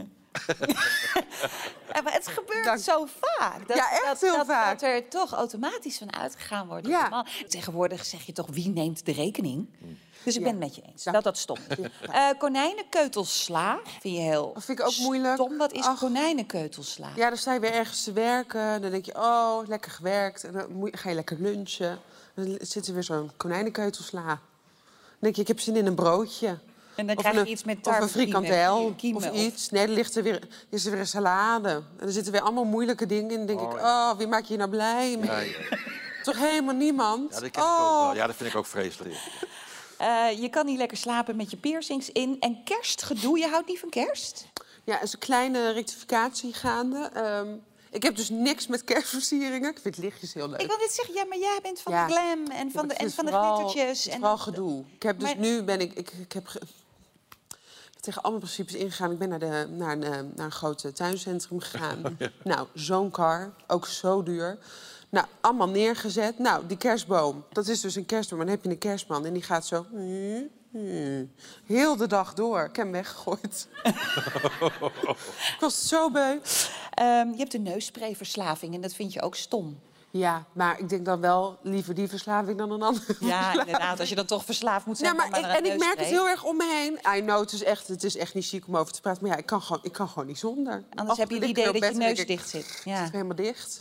Ja, maar het gebeurt Dank. zo vaak. Dat, ja, echt dat, heel dat, vaak. Dat er toch automatisch van uitgegaan wordt. Ja. Man. Tegenwoordig zeg je toch, wie neemt de rekening? Dus ik ja. ben het met je eens. Ja. Dat dat stom is. Ja. Uh, konijnenkeutelsla vind je heel dat vind ik ook moeilijk. stom. Wat is Ach. konijnenkeutelsla? Ja, dan sta je weer ergens te werken. Dan denk je, oh, lekker gewerkt. En dan ga je lekker lunchen. Dan zit er weer zo'n konijnenkeutelsla. Dan denk je, ik heb zin in een broodje. En dan Of krijg je een- iets met Of een tarwekieme, frikandel, kieme, of iets. Nee, er ligt er weer, is er weer een salade. En er zitten weer allemaal moeilijke dingen in. Dan denk ik, oh, wie maak je nou blij mee? Ja, ja. Toch helemaal niemand? Ja, dat ken ik oh. ook wel. Ja, dat vind ik ook vreselijk. Eh, je kan niet lekker slapen met je piercings in. En kerstgedoe, je houdt niet van kerst? Ja, er is een kleine rectificatie gaande. Um, ik heb dus niks met kerstversieringen. Ik vind lichtjes heel leuk. Ik wil dit zeggen, ja, maar jij bent van Ja. de glam en van de, Ik en vind van de vooral- glittertjes. Het is En vooral gedoe. Ik heb dus Maar- nu ben ik, ik, ik heb ge- tegen alle principes ingegaan. Ik ben naar, de, naar, een, eh, naar een groot tuincentrum gegaan. Ja. Nou, zo'n kar, ook zo duur. Nou, allemaal neergezet. Nou, die kerstboom, dat is dus een kerstboom. Dan heb je een kerstman en die gaat zo... hmm, hmm, heel de dag door. Ik heb hem weggegooid. Ik was zo beu. Ehm, je hebt een neussprayverslaving en dat vind je ook stom. Ja, maar ik denk dan wel liever die verslaving dan een andere. Ja, inderdaad. Als je dan toch verslaafd moet zijn. Ja, maar dan ik, maar en een ik merk het neusspray. heel erg om me heen. I know, het is echt, het is echt niet chic om over te praten. Maar ja, ik kan gewoon, ik kan gewoon niet zonder. Anders heb je het idee dat je neus dicht zit. Het Ja. is helemaal dicht.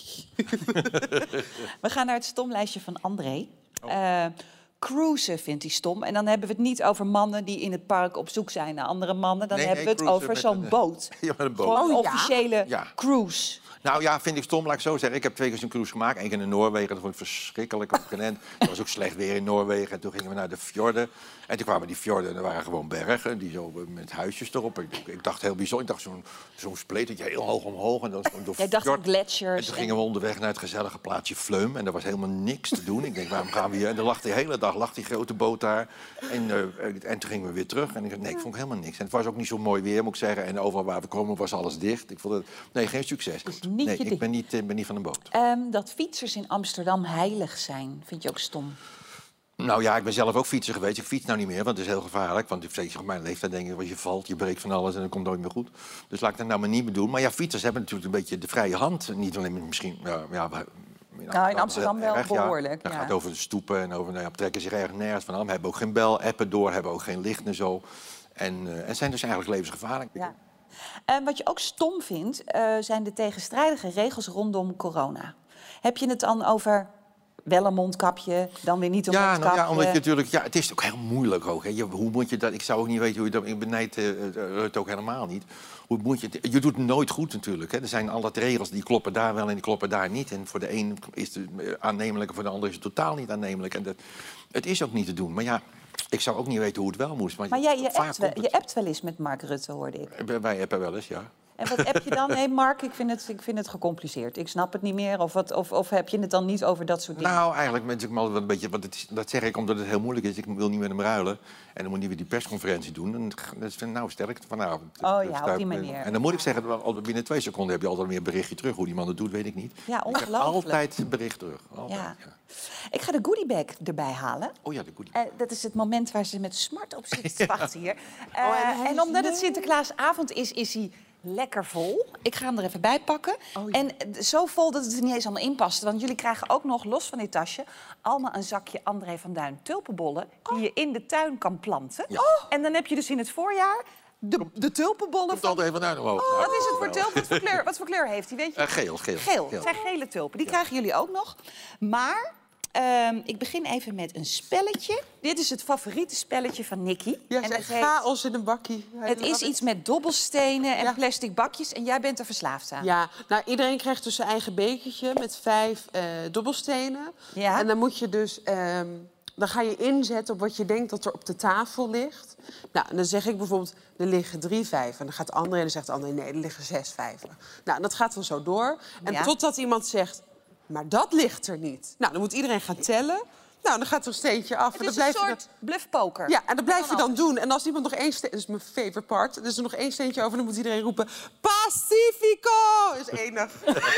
We gaan naar het stomlijstje van André. Eh, cruisen vindt hij stom. En dan hebben we het niet over mannen die in het park op zoek zijn naar andere mannen. Dan Nee, hebben nee, we het cruisen over met zo'n een- boot. Ja, met een boot. Gewoon een Oh, ja? officiële Ja. cruise. Nou ja, vind ik stom, laat ik zo zeggen. Ik heb twee keer zo'n cruise gemaakt. Eén keer in Noorwegen, dat vond ik verschrikkelijk. Op het Het was ook slecht weer in Noorwegen. En toen gingen we naar de fjorden. En toen kwamen die fjorden en er waren gewoon bergen. Die zo met huisjes erop. Ik, ik dacht heel bijzonder. Ik dacht zo'n zo'n spleet, heel hoog omhoog. En dan door Jij dacht fjord. aan gletsjers. En toen gingen we onderweg naar het gezellige plaatsje Fleum. En er was helemaal niks te doen. Ik denk, waarom gaan we hier? En dan lag de hele dag lag die grote boot daar. En, uh, en toen gingen we weer terug. En ik dacht, nee, ik vond helemaal niks. En het was ook niet zo mooi weer, moet ik zeggen. En overal waar we komen was alles dicht. Ik vond het, nee, geen succes. niet nee, je ik ding. ben niet, uh, ben niet van een boot. Ehm, dat fietsers in Amsterdam heilig zijn, vind je ook stom? Nou ja, ik ben zelf ook fietser geweest. Ik fiets nou niet meer, want het is heel gevaarlijk. Want zeker op mijn leeftijd denk ik, als je valt, je breekt van alles en dan komt het nooit meer goed. Dus laat ik dat nou maar niet meer doen. Maar ja, fietsers hebben natuurlijk een beetje de vrije hand. Niet alleen misschien... Ja, ja, Nou, in Amsterdam wel erg, behoorlijk, Het ja. gaat over de stoepen en over... Nou ja, trekken zich erg nergens van aan. We hebben ook geen bel, appen door, hebben ook geen licht en zo. En, uh, en zijn dus eigenlijk levensgevaarlijk. Ja. En wat je ook stom vindt, uh, zijn de tegenstrijdige regels rondom corona. Heb je het dan over wel een mondkapje, dan weer niet een Ja, mondkapje? nou ja, omdat je natuurlijk... Ja, het is ook heel moeilijk ook. Hè. Je, hoe moet je dat... Ik zou ook niet weten hoe je dat... Ik benijd uh, Rutte ook helemaal niet. Hoe moet je, je doet het nooit goed natuurlijk. Hè. Er zijn altijd regels die kloppen daar wel en die kloppen daar niet. En voor de een is het aannemelijk en voor de ander is het totaal niet aannemelijk. En dat, het is ook niet te doen. Maar ja, ik zou ook niet weten hoe het wel moest. Maar jij, je, vaak appt wel, komt je appt wel eens met Mark Rutte, hoorde ik. het- Wij appen wel eens, ja. En wat app je dan? Hé hey Mark, ik vind, het, ik vind het gecompliceerd. Ik snap het niet meer. Of, wat, of, of heb je het dan niet over dat soort dingen? Nou, eigenlijk ben ik wel een beetje... Want het is, dat zeg ik omdat het heel moeilijk is. Ik wil niet met hem ruilen. En dan moet hij weer die persconferentie doen. En dat is nou sterk vanavond. Oh Dat ja, stuit op die me- manier. En dan moet ik zeggen, dat al binnen twee seconden heb je altijd weer een berichtje terug. Hoe die man het doet, weet ik niet. Ja, Ik heb ongelooflijk. altijd een bericht terug. Altijd. Ja. Ik ga de goodiebag erbij halen. Oh ja, de goodie. Eh, dat is het moment waar ze met smart op zitten te wachten hier. Eh, Oh, en hij en is omdat het leuk. Sinterklaasavond is, is hij lekker vol. Ik ga hem er even bij pakken. Oh, En eh, zo vol dat het er niet eens allemaal in past. Want jullie krijgen ook nog, los van dit tasje, allemaal een zakje André van Duin tulpenbollen die je in de tuin kan planten. Ja. En dan heb je dus in het voorjaar de, de tulpenbollen Komt van... altijd even naar omhoog. Oh, Nou, wat is het voor wel. tulpen? Wat voor kleur, wat voor kleur heeft hij? Weet je? Eh, geel, geel. Geel. Het zijn gele tulpen. Die krijgen jullie ook nog. Maar ehm, ik begin even met een spelletje. Dit is het favoriete spelletje van Nicky. Ja, en en het, heet- chaos in een bakkie. het is iets met dobbelstenen en Ja. plastic bakjes. En jij bent er verslaafd aan. Ja, nou iedereen krijgt dus zijn eigen bekertje met vijf eh, dobbelstenen. Ja. En dan moet je dus, ehm, dan ga je inzetten op wat je denkt dat er op de tafel ligt. Nou, en dan zeg ik bijvoorbeeld, er liggen drie vijven. En dan gaat de andere en dan zegt de andere, nee, er liggen zes vijven. Nou, en dat gaat dan zo door. En Ja. totdat iemand zegt, maar dat ligt er niet. Nou, dan moet iedereen gaan tellen. Nou, dan gaat er een steentje af. Het en is dan een blijf je soort bluffpoker. Ja, en dat blijf je kan dan ook. doen. En als iemand nog één steentje... Dat is mijn favorite part. Er is er nog één steentje over, dan moet iedereen roepen... Pacifico! Is enig.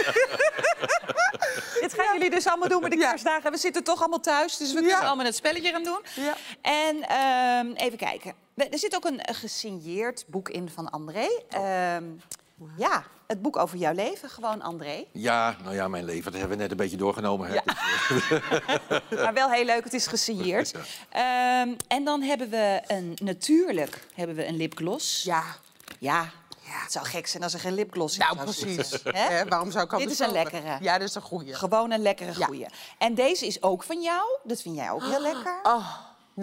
Dit gaan jullie dus allemaal doen met de kerstdagen. We zitten toch allemaal thuis, dus we kunnen allemaal het spelletje gaan doen. Ja. En ehm, even kijken. We- Er zit ook een, een gesigneerd boek in van André. Ehm, ja, het boek over jouw leven, gewoon André. Ja, nou ja, mijn leven, dat hebben we net een beetje doorgenomen. Hè. Maar wel heel leuk, het is gesigneerd. Ehm, en dan hebben we een, natuurlijk hebben we een lipgloss. Ja. Ja, het zou gek zijn als er geen lipgloss in Nou, zou precies. zitten. Hè? Hè, waarom zou ik Dit anders is een kopen? lekkere. Ja, dit is een goeie. Gewoon een lekkere goeie. En deze is ook van jou. Dat vind jij ook heel lekker. Oh, nou,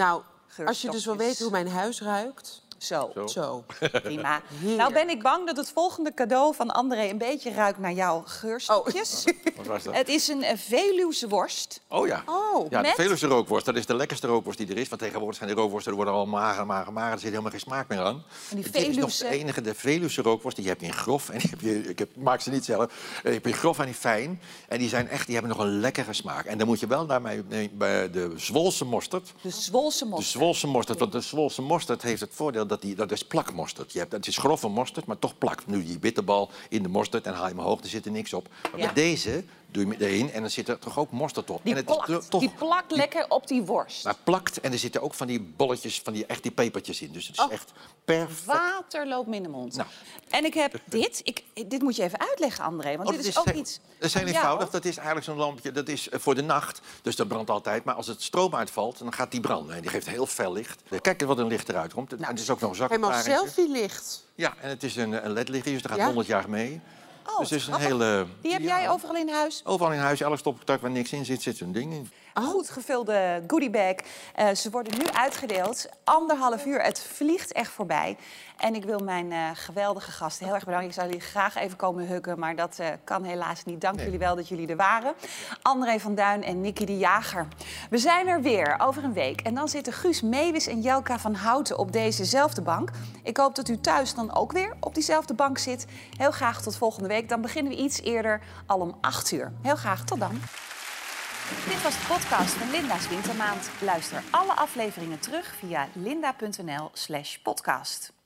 Als je dus wil weten hoe mijn huis ruikt... Zo. Zo. Zo. Prima. Nou ben ik bang dat het volgende cadeau van André een beetje ruikt naar jouw geurstokjes. Wat was dat? Het is een eh, Veluwse worst. Oh ja. Oh, Ja, de met- Veluwse rookworst, dat is de lekkerste rookworst die er is. Want tegenwoordig zijn de rookworsten, er worden al mager, mager, mager. Er zit helemaal geen smaak meer aan. En die Dit is nog Veluwse- de enige, de Veluwse rookworst, die heb je in grof. En die heb je, ik heb, maak ze niet zelf. Die heb je in grof en die fijn. En die zijn echt, die hebben nog een lekkere smaak. En dan moet je wel daarmee nee, bij de Zwolse mosterd. De Zwolse De mosterd. Zwolse mosterd, want de Zwolse mosterd heeft het voordeel dat die, dat is plakmosterd. Je hebt, het is grove mosterd, maar toch plak. Nu die bitterbal in de mosterd en haal je hem hoog, er zit er niks op. Maar Ja. met deze doe je hem erin en dan zit er toch ook mosterd op. Die en het is plakt, toch, die plakt lekker op die worst. maar plakt en er zitten ook van die bolletjes, van die, echt die pepertjes in. Dus het is Oh. echt perfect. Water loopt me in de mond. Nou. En ik heb dit. Ik, dit moet je even uitleggen, André. Want Oh, dit dat is ook heel- iets... Dat is heel van eenvoudig. jou. Dat is eigenlijk zo'n lampje. Dat is eh, voor de nacht. Dus dat brandt altijd. Maar als het stroom uitvalt, dan gaat die branden. En die geeft heel fel licht. Kijk wat een licht eruit komt. En het is ook nog een zak. Helemaal selfie-licht. Ja, en het is een, een L E D-lichtje, dus dat gaat Ja? honderd jaar mee. Oh, dus het is een grappig. hele... Die heb jij overal in huis? Overal in huis, elk stopcontact waar niks in zit, zit zo'n ding in. Goed gevulde goodiebag. Uh, ze worden nu uitgedeeld. Anderhalf uur. Het vliegt echt voorbij. En ik wil mijn uh, geweldige gasten heel erg bedanken. Ik zou jullie graag even komen huggen, maar dat uh, kan helaas niet. Dank Nee. jullie wel dat jullie er waren. André van Duin en Nicky de Jager. We zijn er weer over een week. En dan zitten Guus Meeuwis en Jelka van Houten op dezezelfde bank. Ik hoop dat u thuis dan ook weer op diezelfde bank zit. Heel graag tot volgende week. Dan beginnen we iets eerder, al om acht uur. Heel graag, tot dan. Dit was de podcast van Linda's Wintermaand. Luister alle afleveringen terug via linda punt n l slash podcast.